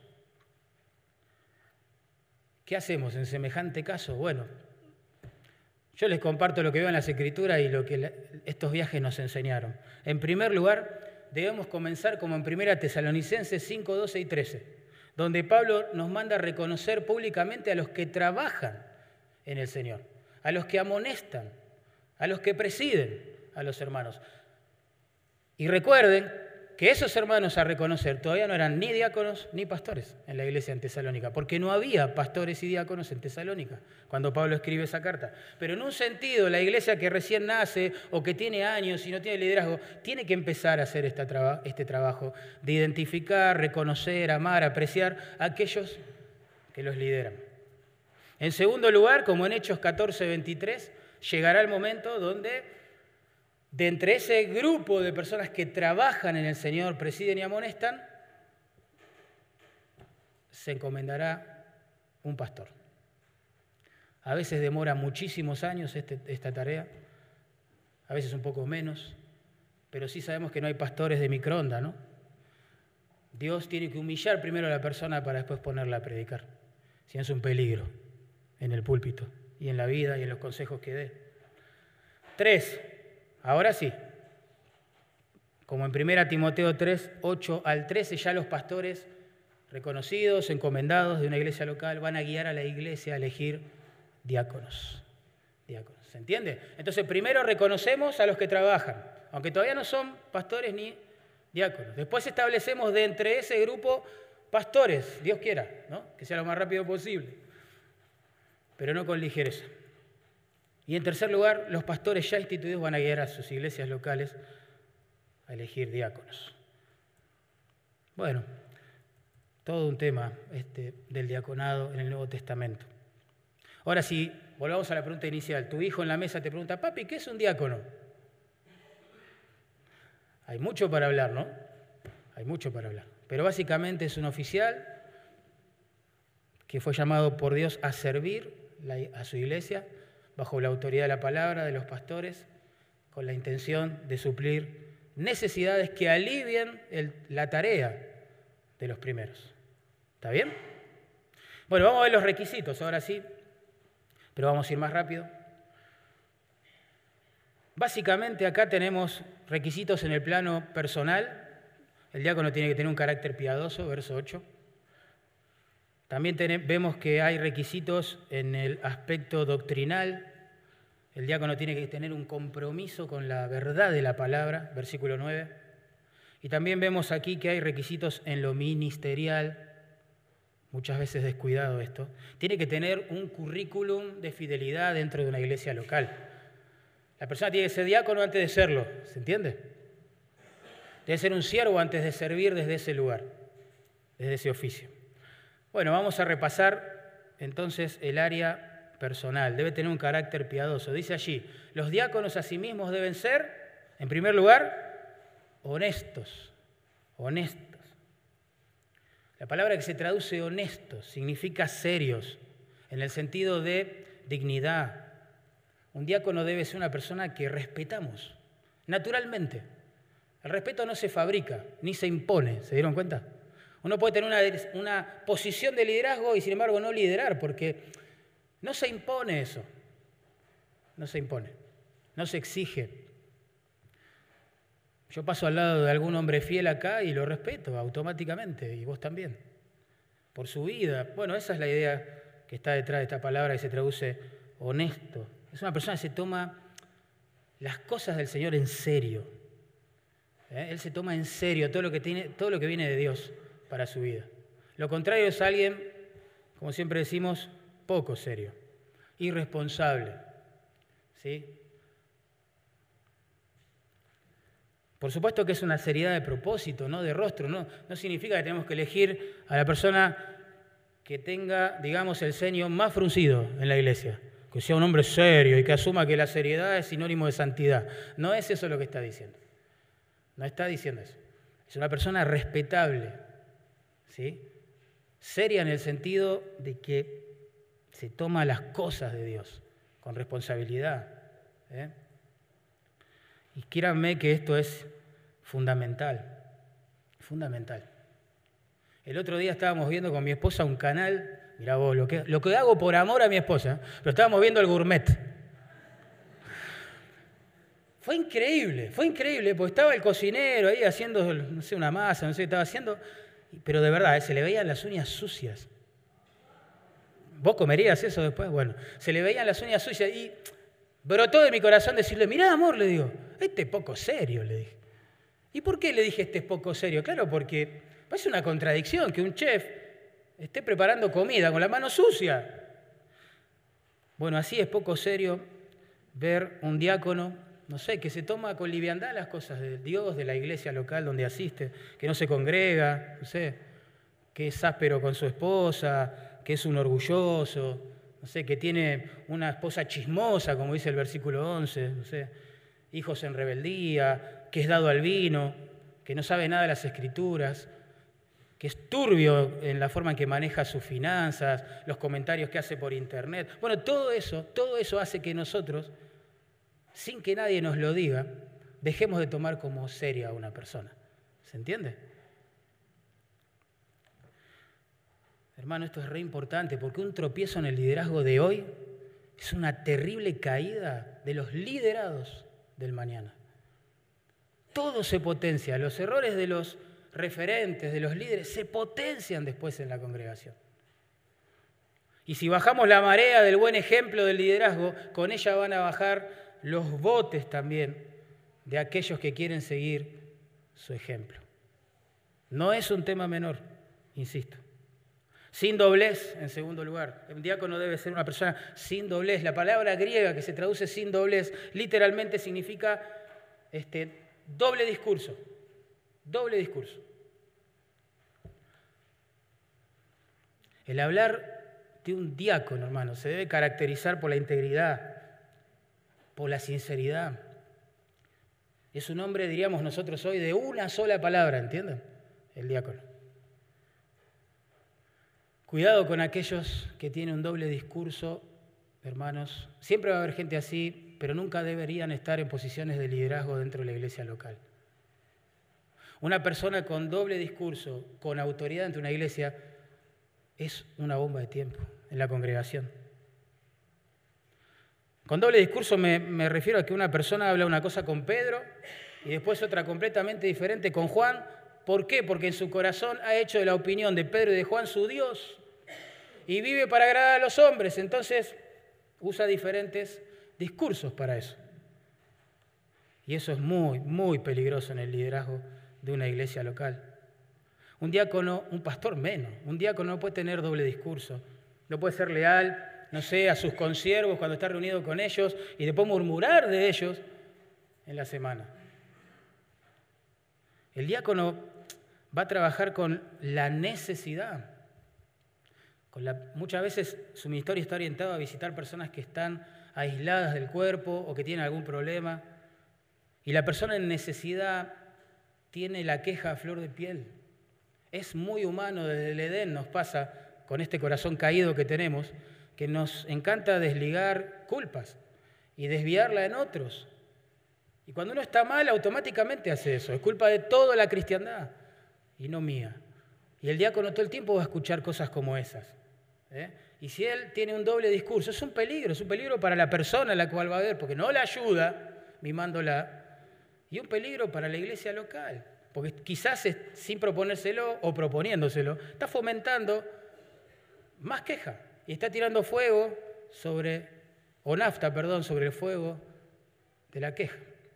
¿Qué hacemos en semejante caso? Bueno, yo les comparto lo que veo en las Escrituras y lo que estos viajes nos enseñaron. En primer lugar, debemos comenzar como en 1 Tesalonicenses 5, 12 y 13. Donde Pablo nos manda a reconocer públicamente a los que trabajan en el Señor, a los que amonestan, a los que presiden a los hermanos. Y recuerden que esos hermanos a reconocer todavía no eran ni diáconos ni pastores en la iglesia en Tesalónica, porque no había pastores y diáconos en Tesalónica cuando Pablo escribe esa carta. Pero en un sentido, la iglesia que recién nace o que tiene años y no tiene liderazgo, tiene que empezar a hacer este trabajo de identificar, reconocer, amar, apreciar a aquellos que los lideran. En segundo lugar, como en Hechos 14, 23, llegará el momento donde de entre ese grupo de personas que trabajan en el Señor, presiden y amonestan, se encomendará un pastor. A veces demora muchísimos años esta tarea, a veces un poco menos, pero sí sabemos que no hay pastores de microondas, ¿no? Dios tiene que humillar primero a la persona para después ponerla a predicar. Si no es un peligro en el púlpito y en la vida y en los consejos que dé. 3. Ahora sí, como en 1 Timoteo 3, 8 al 13, ya los pastores reconocidos, encomendados de una iglesia local, van a guiar a la iglesia a elegir diáconos. ¿Se entiende? Entonces, primero reconocemos a los que trabajan, aunque todavía no son pastores ni diáconos. Después establecemos de entre ese grupo pastores, Dios quiera, ¿no? Que sea lo más rápido posible, pero no con ligereza. Y en tercer lugar, los pastores ya instituidos van a guiar a sus iglesias locales a elegir diáconos. Bueno, todo un tema del diaconado en el Nuevo Testamento. Ahora sí, volvamos a la pregunta inicial. Tu hijo en la mesa te pregunta, papi, ¿qué es un diácono? Hay mucho para hablar, ¿no? Hay mucho para hablar. Pero básicamente es un oficial que fue llamado por Dios a servir a su iglesia bajo la autoridad de la palabra, de los pastores, con la intención de suplir necesidades que alivien la tarea de los primeros. ¿Está bien? Bueno, vamos a ver los requisitos, ahora sí, pero vamos a ir más rápido. Básicamente acá tenemos requisitos en el plano personal. El diácono tiene que tener un carácter piadoso, verso 8. También vemos que hay requisitos en el aspecto doctrinal. El diácono tiene que tener un compromiso con la verdad de la palabra, versículo 9. Y también vemos aquí que hay requisitos en lo ministerial, muchas veces descuidado esto. Tiene que tener un currículum de fidelidad dentro de una iglesia local. La persona tiene que ser diácono antes de serlo, ¿se entiende? Debe ser un siervo antes de servir desde ese lugar, desde ese oficio. Bueno, vamos a repasar entonces el área personal. Debe tener un carácter piadoso. Dice allí, los diáconos asimismo deben ser, en primer lugar, honestos. Honestos. La palabra que se traduce honestos significa serios, en el sentido de dignidad. Un diácono debe ser una persona que respetamos, naturalmente. El respeto no se fabrica, ni se impone, ¿se dieron cuenta? Uno puede tener una posición de liderazgo y sin embargo no liderar, porque no se impone eso. No se impone, no se exige. Yo paso al lado de algún hombre fiel acá y lo respeto automáticamente, y vos también, por su vida. Bueno, esa es la idea que está detrás de esta palabra que se traduce honesto. Es una persona que se toma las cosas del Señor en serio. Él se toma en serio todo lo que viene de Dios para su vida. Lo contrario es alguien, como siempre decimos, poco serio, irresponsable, ¿sí? Por supuesto que es una seriedad de propósito, no de rostro. No significa que tenemos que elegir a la persona que tenga, digamos, el ceño más fruncido en la iglesia, que sea un hombre serio y que asuma que la seriedad es sinónimo de santidad. No es eso lo que está diciendo. No está diciendo eso. Es una persona respetable, ¿sí? Seria en el sentido de que se toma las cosas de Dios con responsabilidad, ¿eh? Y créanme que esto es fundamental, fundamental. El otro día estábamos viendo con mi esposa un canal, mirá vos, lo que hago por amor a mi esposa, pero estábamos viendo el Gourmet. Fue increíble, porque estaba el cocinero ahí haciendo, no sé, una masa, no sé qué estaba haciendo, pero de verdad, se le veían las uñas sucias. ¿Vos comerías eso después? Bueno, se le veían las uñas sucias y brotó de mi corazón decirle, mirá, amor, le digo, este es poco serio, le dije. ¿Y por qué le dije este es poco serio? Claro, porque parece una contradicción que un chef esté preparando comida con la mano sucia. Bueno, así es poco serio ver un diácono, no sé, que se toma con liviandad las cosas de Dios, de la iglesia local donde asiste, que no se congrega, no sé, que es áspero con su esposa, que es un orgulloso, no sé, que tiene una esposa chismosa, como dice el versículo 11, no sé, hijos en rebeldía, que es dado al vino, que no sabe nada de las Escrituras, que es turbio en la forma en que maneja sus finanzas, los comentarios que hace por internet. Bueno, todo eso hace que nosotros, sin que nadie nos lo diga, dejemos de tomar como seria a una persona. ¿Se entiende? Hermano, esto es re importante porque un tropiezo en el liderazgo de hoy es una terrible caída de los liderados del mañana. Todo se potencia, los errores de los referentes, de los líderes, se potencian después en la congregación. Y si bajamos la marea del buen ejemplo del liderazgo, con ella van a bajar los botes también de aquellos que quieren seguir su ejemplo. No es un tema menor, insisto. Sin doblez, en segundo lugar. El diácono debe ser una persona sin doblez. La palabra griega que se traduce sin doblez literalmente significa doble discurso. Doble discurso. El hablar de un diácono, hermano, se debe caracterizar por la integridad, por la sinceridad. Es un hombre, diríamos nosotros hoy, de una sola palabra, ¿entienden? El diácono. Cuidado con aquellos que tienen un doble discurso, hermanos. Siempre va a haber gente así, pero nunca deberían estar en posiciones de liderazgo dentro de la iglesia local. Una persona con doble discurso, con autoridad dentro de una iglesia, es una bomba de tiempo en la congregación. Con doble discurso me refiero a que una persona habla una cosa con Pedro y después otra completamente diferente con Juan. ¿Por qué? Porque en su corazón ha hecho de la opinión de Pedro y de Juan su Dios y vive para agradar a los hombres. Entonces usa diferentes discursos para eso. Y eso es muy, muy peligroso en el liderazgo de una iglesia local. Un diácono, un pastor menos. Un diácono no puede tener doble discurso. No puede ser leal, no sé, a sus consiervos cuando está reunido con ellos y después murmurar de ellos en la semana. El diácono va a trabajar con la necesidad. Muchas veces su ministerio está orientado a visitar personas que están aisladas del cuerpo o que tienen algún problema. Y la persona en necesidad tiene la queja a flor de piel. Es muy humano, desde el Edén nos pasa con este corazón caído que tenemos, que nos encanta desligar culpas y desviarla en otros. Y cuando uno está mal, automáticamente hace eso. Es culpa de toda la cristiandad y no mía. Y el diácono todo el tiempo va a escuchar cosas como esas. Y si él tiene un doble discurso, es un peligro para la persona a la cual va a ver, porque no la ayuda mimándola, y un peligro para la iglesia local, porque quizás sin proponérselo o proponiéndoselo, está fomentando más queja y está tirando fuego sobre el fuego de la queja.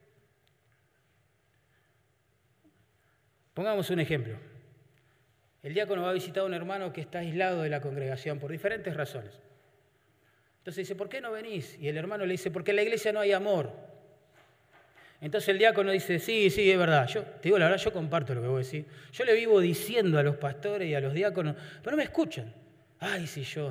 Pongamos un ejemplo. El diácono va a visitar a un hermano que está aislado de la congregación por diferentes razones. Entonces dice, ¿por qué no venís? Y el hermano le dice, porque en la iglesia no hay amor. Entonces el diácono dice, sí, es verdad. Yo te digo la verdad, yo comparto lo que vos decís. Yo le vivo diciendo a los pastores y a los diáconos, pero no me escuchan. Ay, si yo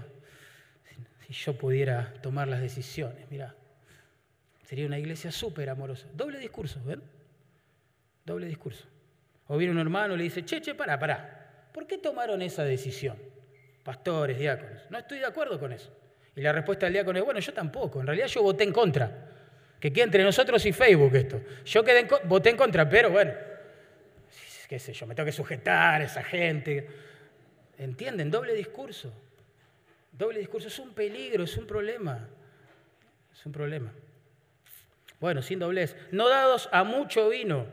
pudiera tomar las decisiones, mirá. Sería una iglesia súper amorosa. Doble discurso, ¿ven? Doble discurso. O viene un hermano y le dice, pará. ¿Por qué tomaron esa decisión? Pastores, diáconos. No estoy de acuerdo con eso. Y la respuesta del diácono es, bueno, yo tampoco. En realidad yo voté en contra. Que quede entre nosotros y Facebook esto. Yo voté en contra, pero bueno, qué sé yo, me tengo que sujetar a esa gente. ¿Entienden? Doble discurso. Doble discurso es un peligro, es un problema. Es un problema. Bueno, sin doblez. No dados a mucho vino.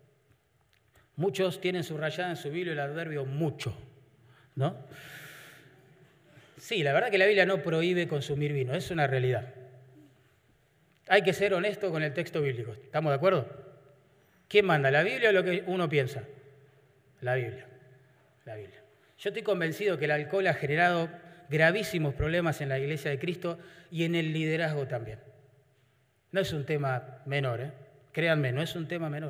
Muchos tienen subrayada en su Biblia el adverbio mucho, ¿no? Sí, la verdad que la Biblia no prohíbe consumir vino, es una realidad. Hay que ser honesto con el texto bíblico, ¿estamos de acuerdo? ¿Quién manda, la Biblia o lo que uno piensa? La Biblia. Yo estoy convencido que el alcohol ha generado gravísimos problemas en la Iglesia de Cristo y en el liderazgo también. No es un tema menor, créanme, no es un tema menor.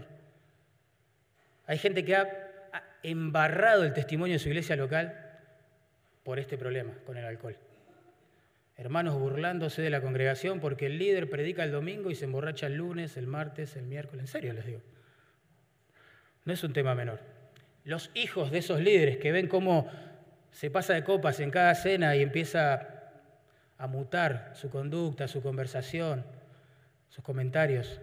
Hay gente que ha embarrado el testimonio de su iglesia local por este problema con el alcohol. Hermanos burlándose de la congregación porque el líder predica el domingo y se emborracha el lunes, el martes, el miércoles. En serio les digo. No es un tema menor. Los hijos de esos líderes que ven cómo se pasa de copas en cada cena y empieza a mutar su conducta, su conversación, sus comentarios,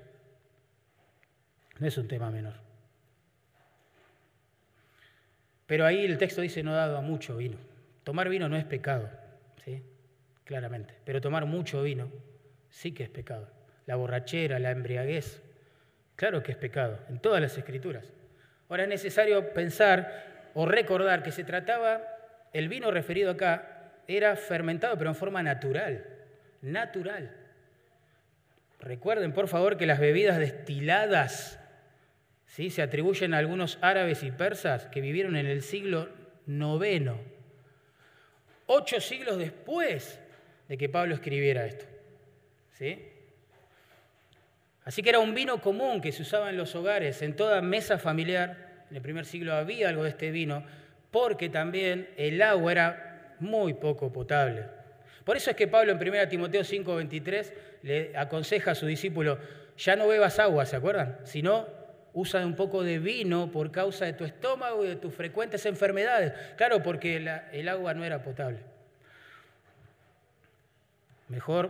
no es un tema menor. Pero ahí el texto dice no dado a mucho vino. Tomar vino no es pecado, ¿sí? Claramente. Pero tomar mucho vino sí que es pecado. La borrachera, la embriaguez, claro que es pecado, en todas las Escrituras. Ahora es necesario pensar o recordar que se trataba, el vino referido acá era fermentado pero en forma natural. Recuerden, por favor, que las bebidas destiladas, ¿sí?, se atribuyen a algunos árabes y persas que vivieron en el siglo IX, 8 siglos después de que Pablo escribiera esto. ¿Sí? Así que era un vino común que se usaba en los hogares, en toda mesa familiar. En el primer siglo había algo de este vino, porque también el agua era muy poco potable. Por eso es que Pablo en 1 Timoteo 5:23 le aconseja a su discípulo, ya no bebas agua, ¿se acuerdan? Sino usa un poco de vino por causa de tu estómago y de tus frecuentes enfermedades. Claro, porque el agua no era potable. Mejor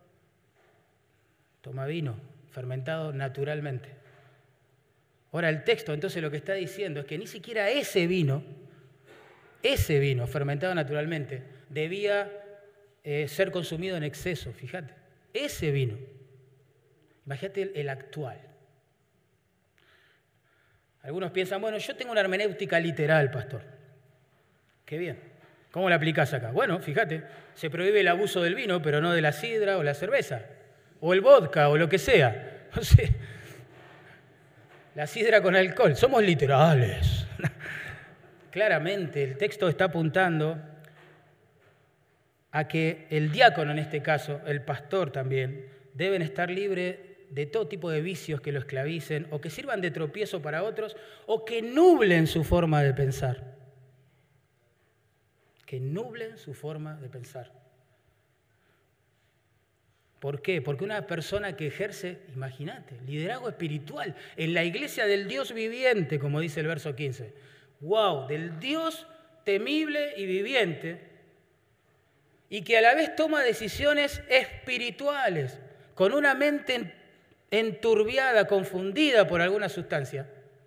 toma vino, fermentado naturalmente. Ahora el texto entonces lo que está diciendo es que ni siquiera ese vino fermentado naturalmente debía ser consumido en exceso, fíjate. Ese vino. Imagínate el actual. Algunos piensan, bueno, yo tengo una hermenéutica literal, pastor. Qué bien. ¿Cómo la aplicás acá? Bueno, fíjate, se prohíbe el abuso del vino, pero no de la sidra o la cerveza, o el vodka o lo que sea. No sé. La sidra con alcohol. Somos literales. Claramente, el texto está apuntando a que el diácono, en este caso, el pastor también, deben estar libres de todo tipo de vicios que lo esclavicen o que sirvan de tropiezo para otros o que nublen su forma de pensar. Que nublen su forma de pensar. ¿Por qué? Porque una persona que ejerce, imagínate, liderazgo espiritual en la iglesia del Dios viviente, como dice el verso 15. ¡Wow! Del Dios temible y viviente, y que a la vez toma decisiones espirituales, con una mente enturbiada, confundida por alguna sustancia,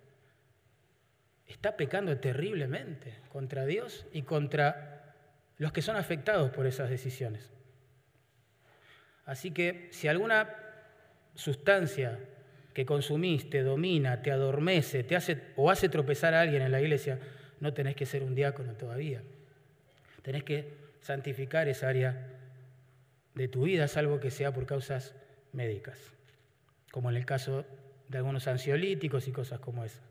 está pecando terriblemente contra Dios y contra los que son afectados por esas decisiones. Así que si alguna sustancia que consumís te domina, te adormece, te hace o hace tropezar a alguien en la iglesia, no tenés que ser un diácono todavía. Tenés que santificar esa área de tu vida, salvo que sea por causas médicas, como en el caso de algunos ansiolíticos y cosas como esas.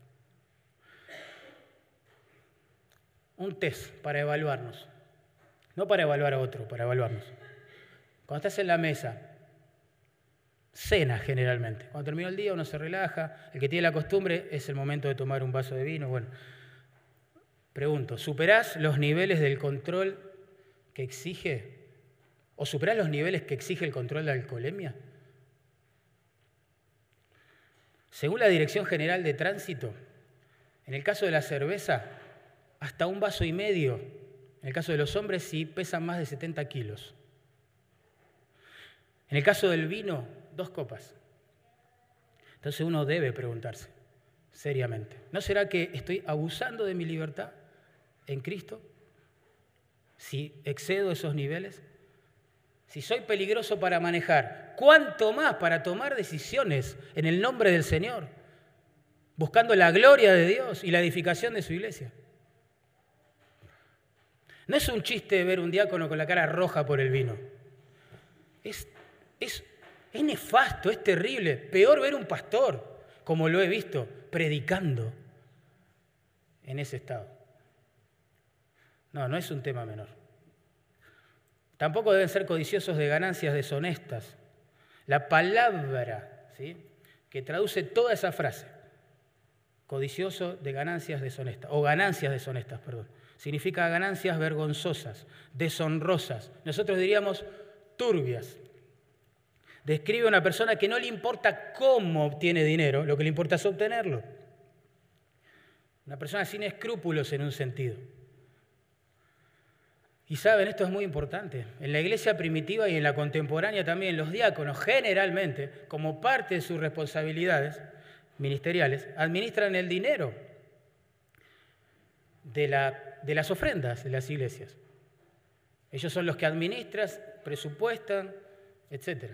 Un test para evaluarnos, no para evaluar a otro, para evaluarnos. Cuando estás en la mesa, cena generalmente. Cuando terminó el día uno se relaja, el que tiene la costumbre es el momento de tomar un vaso de vino. Bueno, pregunto, ¿superás los niveles del control que exige o superás los niveles que exige el control de alcoholemia? Según la Dirección General de Tránsito, en el caso de la cerveza, hasta 1,5 vasos. En el caso de los hombres, si pesan más de 70 kilos. En el caso del vino, 2 copas. Entonces uno debe preguntarse seriamente, ¿no será que estoy abusando de mi libertad en Cristo? Si excedo esos niveles, si soy peligroso para manejar, ¿cuánto más para tomar decisiones en el nombre del Señor, buscando la gloria de Dios y la edificación de su iglesia? No es un chiste ver un diácono con la cara roja por el vino. Es nefasto, es terrible. Peor ver un pastor, como lo he visto, predicando en ese estado. No es un tema menor. Tampoco deben ser codiciosos de ganancias deshonestas. La palabra, ¿sí?, que traduce toda esa frase, codicioso de ganancias deshonestas, o ganancias deshonestas, perdón, significa ganancias vergonzosas, deshonrosas. Nosotros diríamos turbias. Describe a una persona que no le importa cómo obtiene dinero, lo que le importa es obtenerlo. Una persona sin escrúpulos en un sentido. Y saben, esto es muy importante. En la iglesia primitiva y en la contemporánea también, los diáconos generalmente, como parte de sus responsabilidades ministeriales, administran el dinero de las ofrendas de las iglesias. Ellos son los que administran, presupuestan, etc.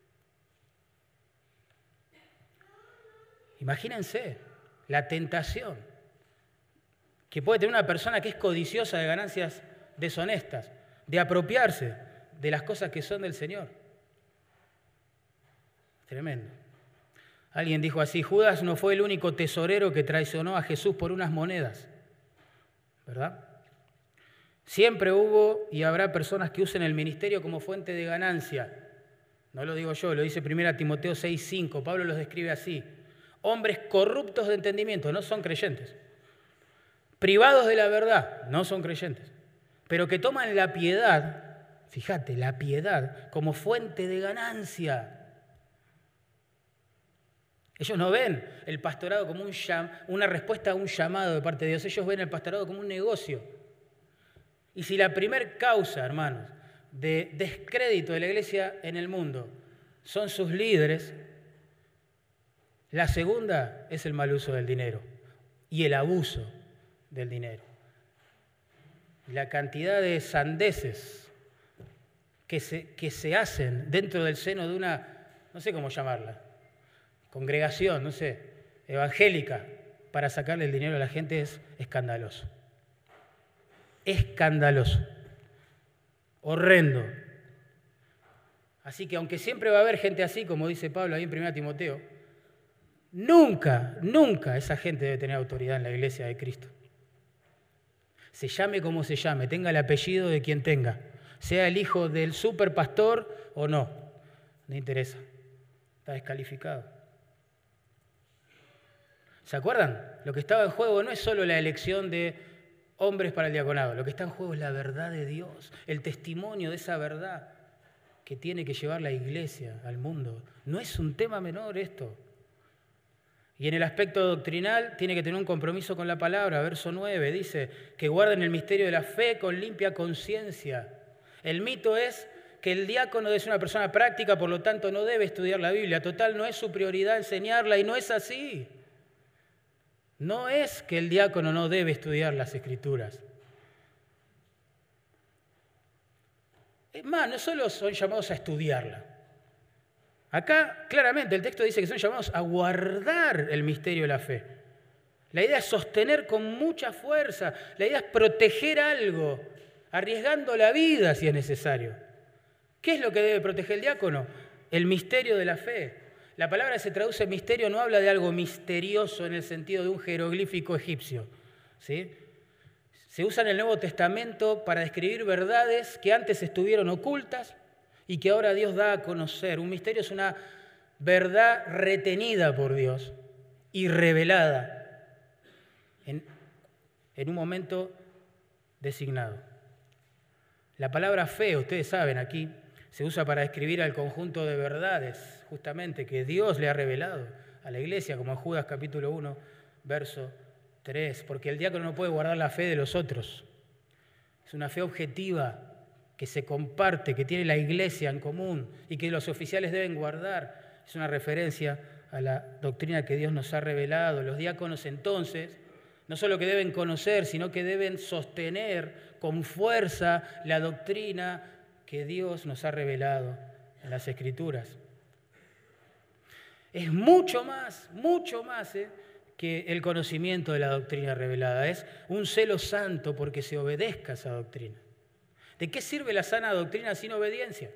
Imagínense la tentación que puede tener una persona que es codiciosa de ganancias deshonestas, de apropiarse de las cosas que son del Señor. Tremendo. Alguien dijo así, Judas no fue el único tesorero que traicionó a Jesús por unas monedas, ¿verdad? Siempre hubo y habrá personas que usen el ministerio como fuente de ganancia. No lo digo yo, lo dice 1 Timoteo 6:5. Pablo los describe así. Hombres corruptos de entendimiento, no son creyentes. Privados de la verdad, no son creyentes. Pero que toman la piedad, fíjate, la piedad como fuente de ganancia. Ellos no ven el pastorado como una respuesta a un llamado de parte de Dios. Ellos ven el pastorado como un negocio. Y si la primer causa, hermanos, de descrédito de la iglesia en el mundo son sus líderes, la segunda es el mal uso del dinero y el abuso del dinero. La cantidad de sandeces que se hacen dentro del seno de una, no sé cómo llamarla, congregación, no sé, evangélica, para sacarle el dinero a la gente es escandaloso. Escandaloso. Horrendo. Así que aunque siempre va a haber gente así, como dice Pablo ahí en 1 Timoteo, nunca esa gente debe tener autoridad en la iglesia de Cristo. Se llame como se llame, tenga el apellido de quien tenga, sea el hijo del superpastor o no interesa. está descalificado. ¿Se acuerdan? Lo que estaba en juego no es solo la elección de hombres para el diaconado, lo que está en juego es la verdad de Dios, el testimonio de esa verdad que tiene que llevar la iglesia al mundo. No es un tema menor esto. Y en el aspecto doctrinal tiene que tener un compromiso con la palabra. Verso 9 dice que guarden el misterio de la fe con limpia conciencia. El mito es que el diácono es una persona práctica, por lo tanto no debe estudiar la Biblia. Total, no es su prioridad enseñarla y no es así. No es que el diácono no debe estudiar las Escrituras. Es más, no solo son llamados a estudiarla. Acá claramente el texto dice que son llamados a guardar el misterio de la fe. La idea es sostener con mucha fuerza, la idea es proteger algo, arriesgando la vida si es necesario. ¿Qué es lo que debe proteger el diácono? El misterio de la fe. La palabra que se traduce misterio no habla de algo misterioso en el sentido de un jeroglífico egipcio, ¿sí? Se usa en el Nuevo Testamento para describir verdades que antes estuvieron ocultas y que ahora Dios da a conocer. Un misterio es una verdad retenida por Dios y revelada en un momento designado. La palabra fe, ustedes saben, aquí se usa para describir al conjunto de verdades, justamente, que Dios le ha revelado a la iglesia, como en Judas capítulo 1, verso 3, porque el diácono no puede guardar la fe de los otros. Es una fe objetiva que se comparte, que tiene la iglesia en común y que los oficiales deben guardar. Es una referencia a la doctrina que Dios nos ha revelado. Los diáconos entonces, no solo que deben conocer, sino que deben sostener con fuerza la doctrina que Dios nos ha revelado en las Escrituras. Es mucho más que el conocimiento de la doctrina revelada. Es un celo santo porque se obedezca a esa doctrina. ¿De qué sirve la sana doctrina sin obediencia?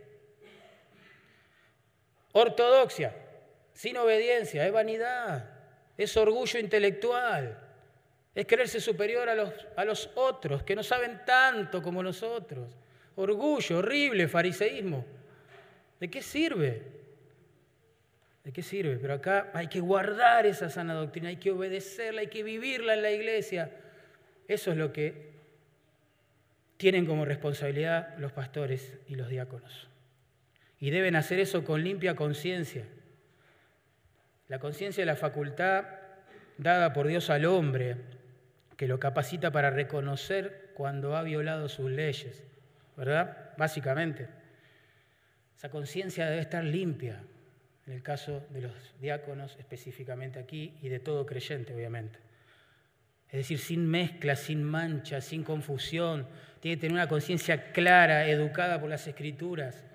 Ortodoxia sin obediencia es vanidad, es orgullo intelectual, es creerse superior a los otros que no saben tanto como nosotros. Orgullo, horrible, fariseísmo. ¿De qué sirve? ¿De qué sirve? Pero acá hay que guardar esa sana doctrina, hay que obedecerla, hay que vivirla en la iglesia. Eso es lo que tienen como responsabilidad los pastores y los diáconos. Y deben hacer eso con limpia conciencia. La conciencia es la facultad dada por Dios al hombre que lo capacita para reconocer cuando ha violado sus leyes, ¿verdad? Básicamente. Esa conciencia debe estar limpia, en el caso de los diáconos específicamente aquí y de todo creyente, obviamente. Es decir, sin mezcla, sin mancha, sin confusión. Tiene que tener una conciencia clara, educada por las Escrituras.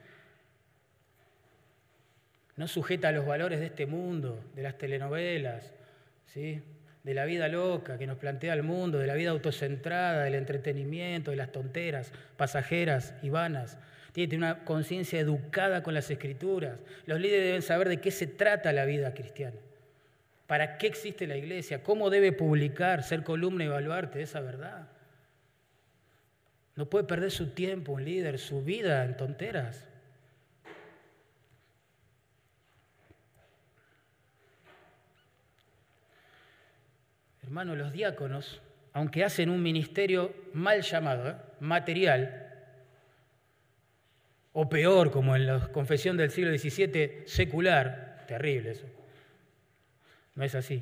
No sujeta a los valores de este mundo, de las telenovelas, ¿sí? De la vida loca que nos plantea el mundo, de la vida autocentrada, del entretenimiento, de las tonteras pasajeras y vanas. Tiene que tener una conciencia educada con las Escrituras. Los líderes deben saber de qué se trata la vida cristiana. ¿Para qué existe la iglesia? ¿Cómo debe publicar, ser columna y baluarte de esa verdad? No puede perder su tiempo un líder, su vida en tonteras. Hermanos, los diáconos, aunque hacen un ministerio mal llamado, material, o peor, como en la confesión del siglo XVII, secular, terrible eso, no es así.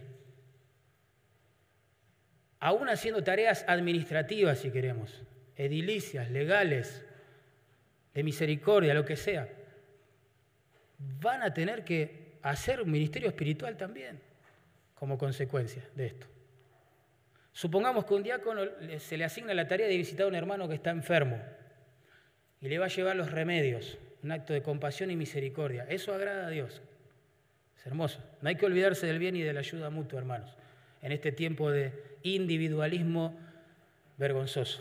Aún haciendo tareas administrativas, si queremos, edilicias, legales, de misericordia, lo que sea, van a tener que hacer un ministerio espiritual también, como consecuencia de esto. Supongamos que a un diácono se le asigna la tarea de visitar a un hermano que está enfermo y le va a llevar los remedios, un acto de compasión y misericordia. Eso agrada a Dios. Es hermoso. No hay que olvidarse del bien y de la ayuda mutua, hermanos, en este tiempo de individualismo vergonzoso.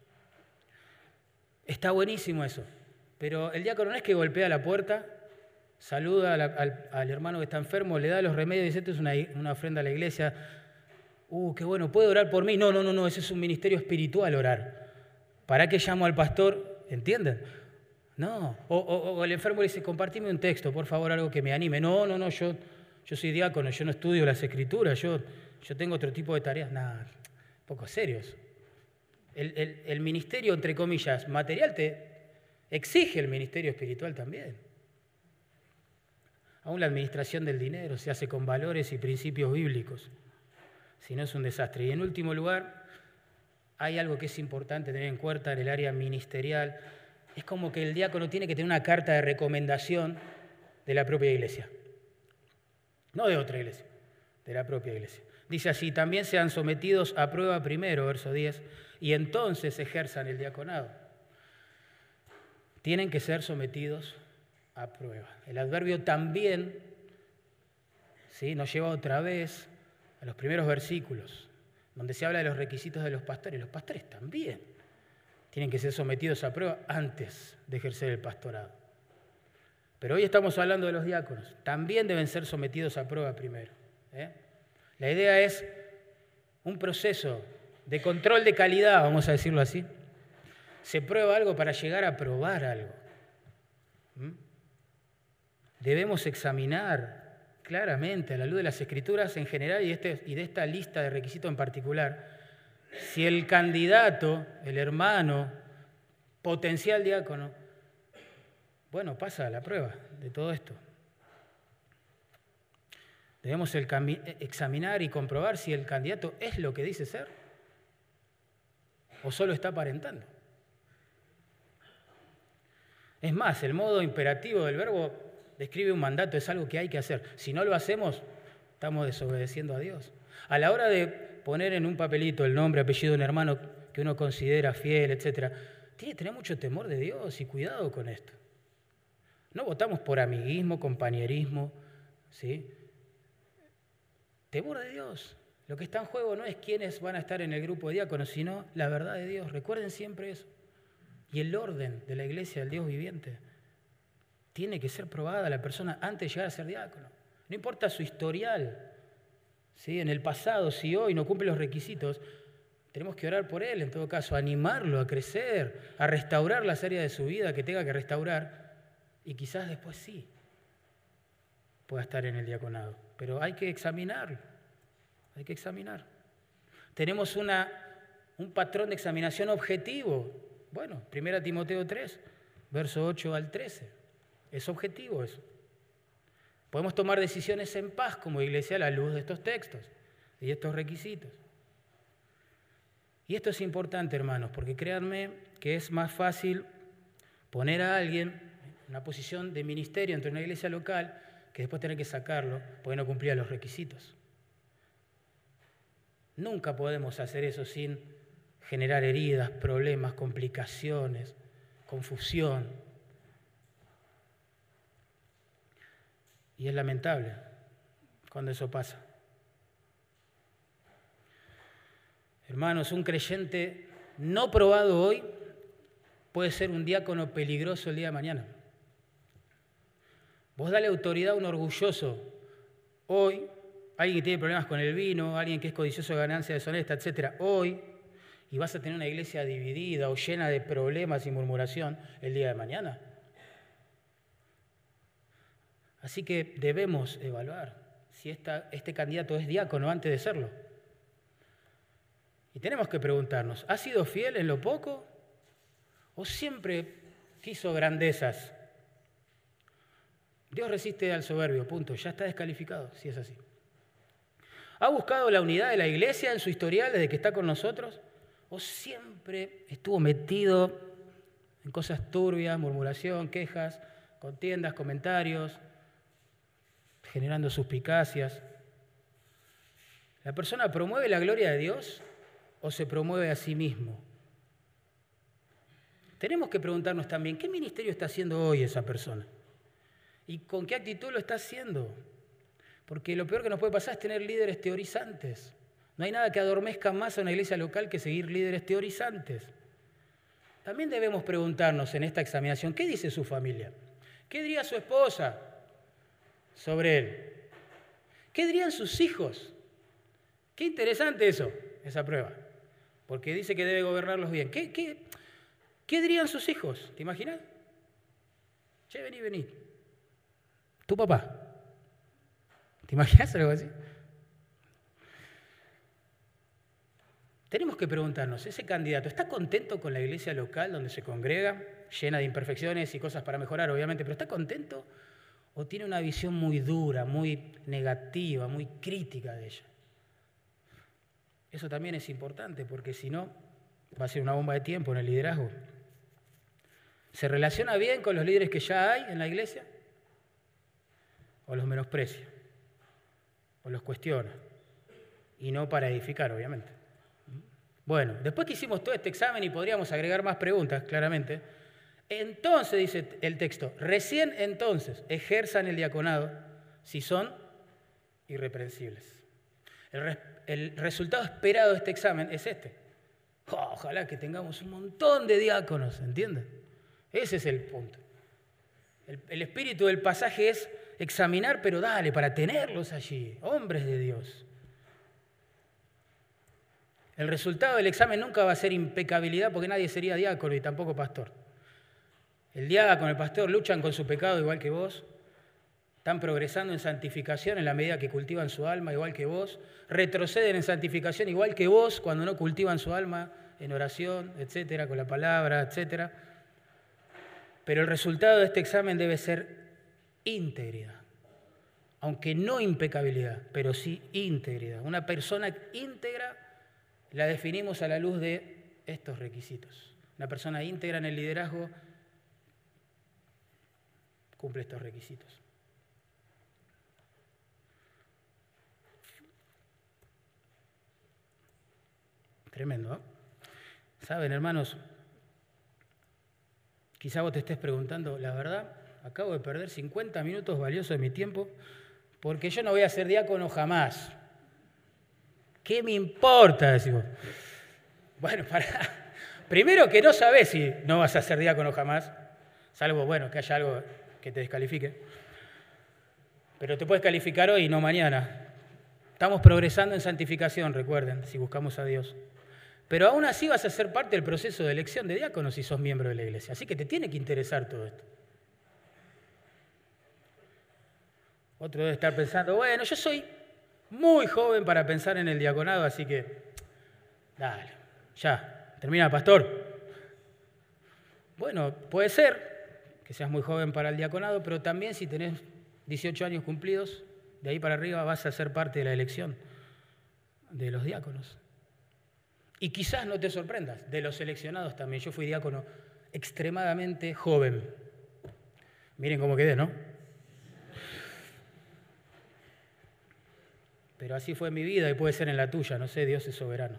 Está buenísimo eso, pero el diácono no es que golpea la puerta, saluda al hermano que está enfermo, le da los remedios y dice, esto es una ofrenda a la iglesia. Qué bueno, ¿puede orar por mí? No, ese es un ministerio espiritual orar. ¿Para qué llamo al pastor? ¿Entienden? No, o el enfermo le dice, compartime un texto, por favor, algo que me anime. No, yo soy diácono, yo no estudio las escrituras, yo tengo otro tipo de tareas. Nada, poco serios. El ministerio, entre comillas, material te exige el ministerio espiritual también. Aún la administración del dinero se hace con valores y principios bíblicos. Si no, es un desastre. Y en último lugar, hay algo que es importante tener en cuenta en el área ministerial. Es como que el diácono tiene que tener una carta de recomendación de la propia iglesia. No de otra iglesia, de la propia iglesia. Dice así, también sean sometidos a prueba primero, verso 10, y entonces ejerzan el diaconado. Tienen que ser sometidos a prueba. El adverbio también, ¿sí?, nos lleva otra vez a los primeros versículos, donde se habla de los requisitos de los pastores. Los pastores también tienen que ser sometidos a prueba antes de ejercer el pastorado. Pero hoy estamos hablando de los diáconos. También deben ser sometidos a prueba primero. La idea es un proceso de control de calidad, vamos a decirlo así. Se prueba algo para llegar a probar algo. Debemos examinar claramente, a la luz de las Escrituras en general y de esta lista de requisitos en particular, si el candidato, el hermano, potencial diácono, bueno, pasa a la prueba de todo esto. Debemos examinar y comprobar si el candidato es lo que dice ser o solo está aparentando. Es más, el modo imperativo del verbo describe un mandato, es algo que hay que hacer. Si no lo hacemos, estamos desobedeciendo a Dios. A la hora de poner en un papelito el nombre, apellido de un hermano que uno considera fiel, etc., tiene que tener mucho temor de Dios y cuidado con esto. No votamos por amiguismo, compañerismo, ¿sí? Temor de Dios. Lo que está en juego no es quiénes van a estar en el grupo de diáconos, sino la verdad de Dios. Recuerden siempre eso. Y el orden de la iglesia del Dios viviente. Tiene que ser probada la persona antes de llegar a ser diácono. No importa su historial, ¿sí?, en el pasado, si hoy no cumple los requisitos, tenemos que orar por él, en todo caso, animarlo a crecer, a restaurar las áreas de su vida que tenga que restaurar, y quizás después sí pueda estar en el diaconado. Pero hay que examinarlo, hay que examinar. Tenemos un patrón de examinación objetivo. Bueno, 1 Timoteo 3, verso 8 al 13. Es objetivo eso. Podemos tomar decisiones en paz como iglesia a la luz de estos textos y estos requisitos. Y esto es importante, hermanos, porque créanme que es más fácil poner a alguien en una posición de ministerio entre una iglesia local que después tener que sacarlo porque no cumplía los requisitos. Nunca podemos hacer eso sin generar heridas, problemas, complicaciones, confusión. Y es lamentable cuando eso pasa. Hermanos, un creyente no probado hoy puede ser un diácono peligroso el día de mañana. Vos dale autoridad a un orgulloso hoy, alguien que tiene problemas con el vino, alguien que es codicioso de ganancia deshonesta, etc. hoy, y vas a tener una iglesia dividida o llena de problemas y murmuración el día de mañana. Así que debemos evaluar si este candidato es diácono antes de serlo. Y tenemos que preguntarnos, ¿ha sido fiel en lo poco o siempre quiso grandezas? Dios resiste al soberbio, punto. Ya está descalificado, si es así. ¿Ha buscado la unidad de la iglesia en su historial desde que está con nosotros? ¿O siempre estuvo metido en cosas turbias, murmuración, quejas, contiendas, comentarios, generando suspicacias? ¿La persona promueve la gloria de Dios o se promueve a sí mismo? Tenemos que preguntarnos también, ¿qué ministerio está haciendo hoy esa persona? ¿Y con qué actitud lo está haciendo? Porque lo peor que nos puede pasar es tener líderes teorizantes. No hay nada que adormezca más a una iglesia local que seguir líderes teorizantes. También debemos preguntarnos en esta examinación, ¿qué dice su familia? ¿Qué diría su esposa sobre él? ¿Qué dirían sus hijos? Qué interesante eso, esa prueba. Porque dice que debe gobernarlos bien. ¿Qué dirían sus hijos? ¿Te imaginas? Che, vení, vení. Tu papá. ¿Te imaginas algo así? Tenemos que preguntarnos, ¿ese candidato está contento con la iglesia local donde se congrega, llena de imperfecciones y cosas para mejorar, obviamente, pero está contento o tiene una visión muy dura, muy negativa, muy crítica de ella? Eso también es importante porque si no, va a ser una bomba de tiempo en el liderazgo. ¿Se relaciona bien con los líderes que ya hay en la iglesia? ¿O los menosprecia? ¿O los cuestiona? Y no para edificar, obviamente. Bueno, después que hicimos todo este examen y podríamos agregar más preguntas, claramente, entonces, dice el texto, recién entonces ejerzan el diaconado si son irreprensibles. El resultado esperado de este examen es este. Ojalá que tengamos un montón de diáconos, ¿entiendes? Ese es el punto. El espíritu del pasaje es examinar, pero dale, para tenerlos allí, hombres de Dios. El resultado del examen nunca va a ser impecabilidad porque nadie sería diácono y tampoco pastor. El diácono, el pastor luchan con su pecado igual que vos, están progresando en santificación en la medida que cultivan su alma igual que vos, retroceden en santificación igual que vos cuando no cultivan su alma en oración, etcétera, con la palabra, etcétera. Pero el resultado de este examen debe ser integridad, aunque no impecabilidad, pero sí integridad. Una persona íntegra la definimos a la luz de estos requisitos. Una persona íntegra en el liderazgo cumple estos requisitos. Tremendo, ¿no? Saben, hermanos, quizá vos te estés preguntando, la verdad, acabo de perder 50 minutos valiosos de mi tiempo porque yo no voy a ser diácono jamás. ¿Qué me importa? Decimos. Bueno, primero que no sabés si no vas a ser diácono jamás, salvo, bueno, que haya algo que te descalifique. Pero te puedes calificar hoy y no mañana. Estamos progresando en santificación, recuerden, si buscamos a Dios. Pero aún así vas a ser parte del proceso de elección de diáconos si sos miembro de la iglesia. Así que te tiene que interesar todo esto. Otro debe estar pensando, bueno, yo soy muy joven para pensar en el diaconado, así que, dale, ya, termina, pastor. Bueno, puede ser que seas muy joven para el diaconado, pero también si tenés 18 años cumplidos, de ahí para arriba vas a ser parte de la elección de los diáconos. Y quizás no te sorprendas, de los seleccionados también. Yo fui diácono extremadamente joven. Miren cómo quedé, ¿no? Pero así fue en mi vida y puede ser en la tuya, no sé, Dios es soberano.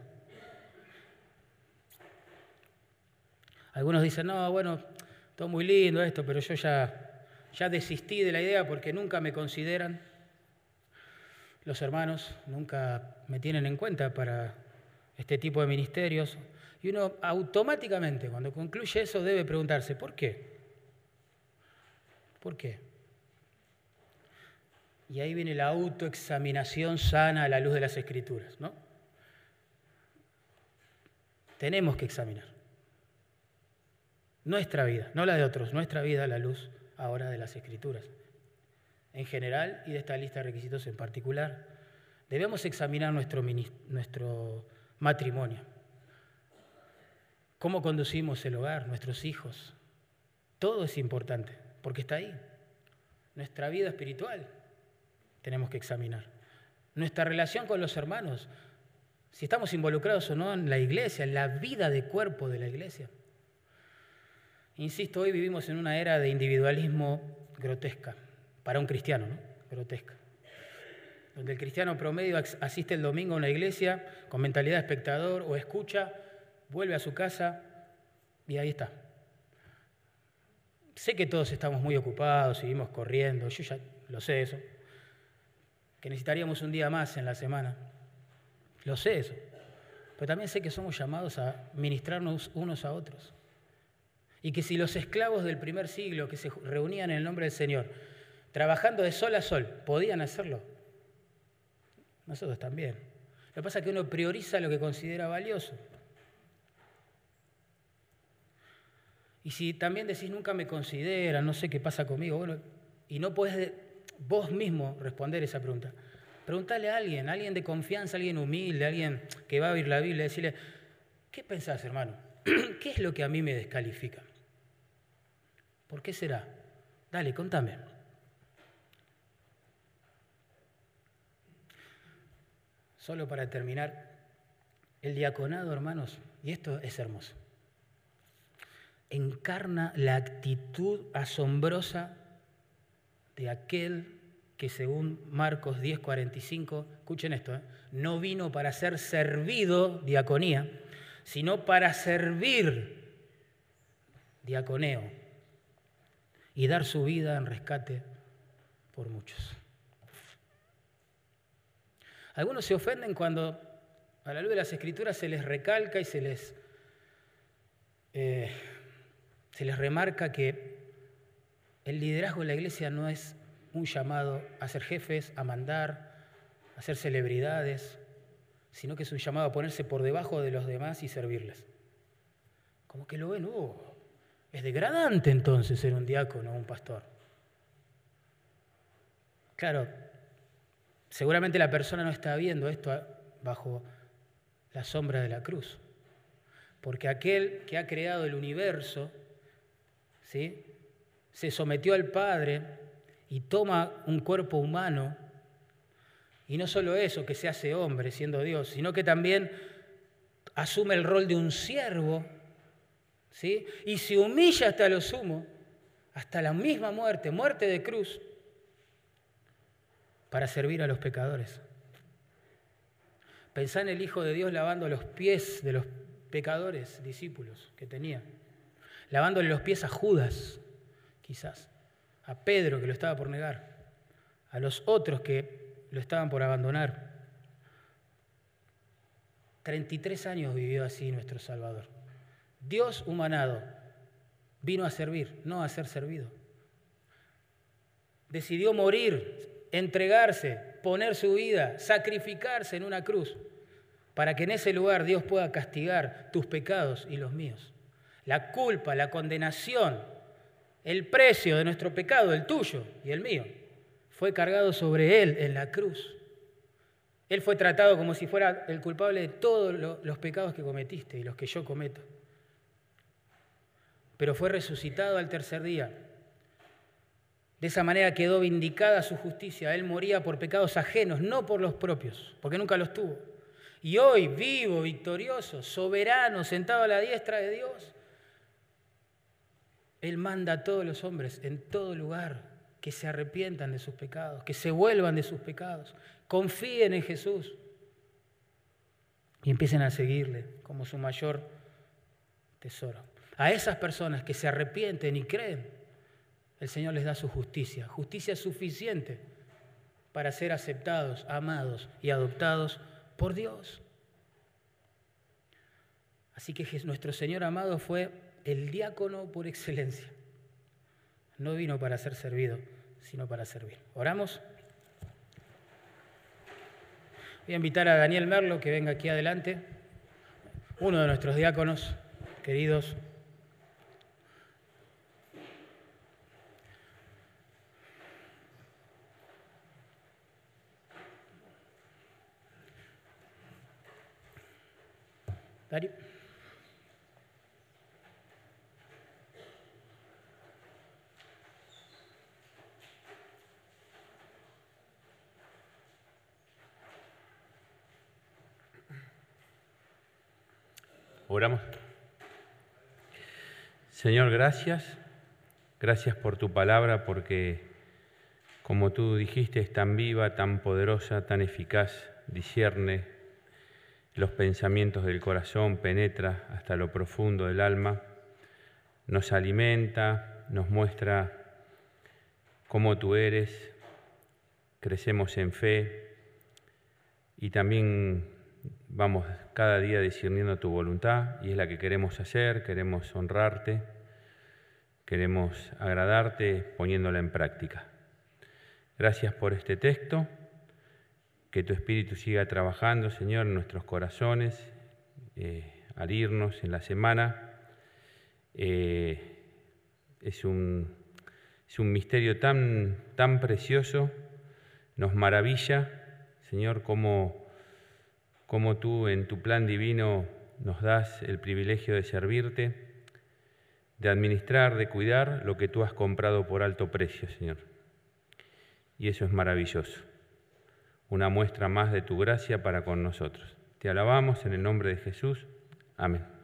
Algunos dicen, no, bueno, todo muy lindo esto, pero yo ya desistí de la idea porque nunca me consideran. Los hermanos nunca me tienen en cuenta para este tipo de ministerios. Y uno automáticamente, cuando concluye eso, debe preguntarse, ¿por qué? ¿Por qué? Y ahí viene la autoexaminación sana a la luz de las Escrituras, ¿no? Tenemos que examinar nuestra vida, no la de otros, nuestra vida a la luz ahora de las Escrituras. En general y de esta lista de requisitos en particular, debemos examinar nuestro matrimonio. Cómo conducimos el hogar, nuestros hijos. Todo es importante, porque está ahí. Nuestra vida espiritual tenemos que examinar. Nuestra relación con los hermanos, si estamos involucrados o no en la iglesia, en la vida de cuerpo de la iglesia. Insisto, hoy vivimos en una era de individualismo grotesca, para un cristiano, ¿no? Grotesca. Donde el cristiano promedio asiste el domingo a una iglesia con mentalidad de espectador o escucha, vuelve a su casa y ahí está. Sé que todos estamos muy ocupados, seguimos corriendo, yo ya lo sé eso, que necesitaríamos un día más en la semana. Lo sé eso. Pero también sé que somos llamados a ministrarnos unos a otros. Y que si los esclavos del primer siglo que se reunían en el nombre del Señor, trabajando de sol a sol, podían hacerlo, nosotros también. Lo que pasa es que uno prioriza lo que considera valioso. Y si también decís, nunca me consideran, no sé qué pasa conmigo, bueno, y no podés vos mismo responder esa pregunta, preguntale a alguien de confianza, alguien humilde, alguien que va a oír la Biblia, decirle, ¿qué pensás, hermano? ¿Qué es lo que a mí me descalifica? ¿Por qué será? Dale, contame. Solo para terminar, el diaconado, hermanos, y esto es hermoso, encarna la actitud asombrosa de aquel que según Marcos 10:45, escuchen esto, no vino para ser servido, diaconía, sino para servir, diaconeo, y dar su vida en rescate por muchos. Algunos se ofenden cuando a la luz de las Escrituras se les recalca y se les remarca que el liderazgo de la iglesia no es un llamado a ser jefes, a mandar, a ser celebridades, sino que es un llamado a ponerse por debajo de los demás y servirles. Como que lo ven, es degradante entonces ser un diácono o un pastor. Claro, seguramente la persona no está viendo esto bajo la sombra de la cruz, porque aquel que ha creado el universo, ¿sí?, se sometió al Padre y toma un cuerpo humano, y no solo eso, que se hace hombre siendo Dios, sino que también asume el rol de un siervo, ¿sí?, y se humilla hasta lo sumo, hasta la misma muerte, muerte de cruz, para servir a los pecadores. Pensá en el Hijo de Dios lavando los pies de los pecadores, discípulos que tenía, lavándole los pies a Judas, quizás, a Pedro que lo estaba por negar, a los otros que lo estaban por abandonar. 33 años vivió así nuestro Salvador. Dios humanado vino a servir, no a ser servido. Decidió morir, entregarse, poner su vida, sacrificarse en una cruz, para que en ese lugar Dios pueda castigar tus pecados y los míos. La culpa, la condenación, el precio de nuestro pecado, el tuyo y el mío, fue cargado sobre Él en la cruz. Él fue tratado como si fuera el culpable de todos los pecados que cometiste y los que yo cometo. Pero fue resucitado al tercer día. De esa manera quedó vindicada su justicia. Él moría por pecados ajenos, no por los propios, porque nunca los tuvo. Y hoy, vivo, victorioso, soberano, sentado a la diestra de Dios, Él manda a todos los hombres en todo lugar que se arrepientan de sus pecados, que se vuelvan de sus pecados, confíen en Jesús y empiecen a seguirle como su mayor tesoro. A esas personas que se arrepienten y creen, el Señor les da su justicia, justicia suficiente para ser aceptados, amados y adoptados por Dios. Así que nuestro Señor amado fue el diácono por excelencia. No vino para ser servido, sino para servir. ¿Oramos? Voy a invitar a Daniel Merlo que venga aquí adelante, uno de nuestros diáconos queridos. Darío. Oramos. Señor, gracias. Gracias por tu palabra, porque, como tú dijiste, es tan viva, tan poderosa, tan eficaz, discierne los pensamientos del corazón, penetra hasta lo profundo del alma, nos alimenta, nos muestra cómo tú eres, crecemos en fe y también vamos cada día discerniendo tu voluntad, y es la que queremos hacer. Queremos honrarte, queremos agradarte poniéndola en práctica. Gracias por este texto, que tu Espíritu siga trabajando, Señor, en nuestros corazones, al irnos en la semana, es un misterio tan precioso, nos maravilla, Señor, cómo tú en tu plan divino nos das el privilegio de servirte, de administrar, de cuidar lo que tú has comprado por alto precio, Señor. Y eso es maravilloso, una muestra más de tu gracia para con nosotros. Te alabamos en el nombre de Jesús. Amén.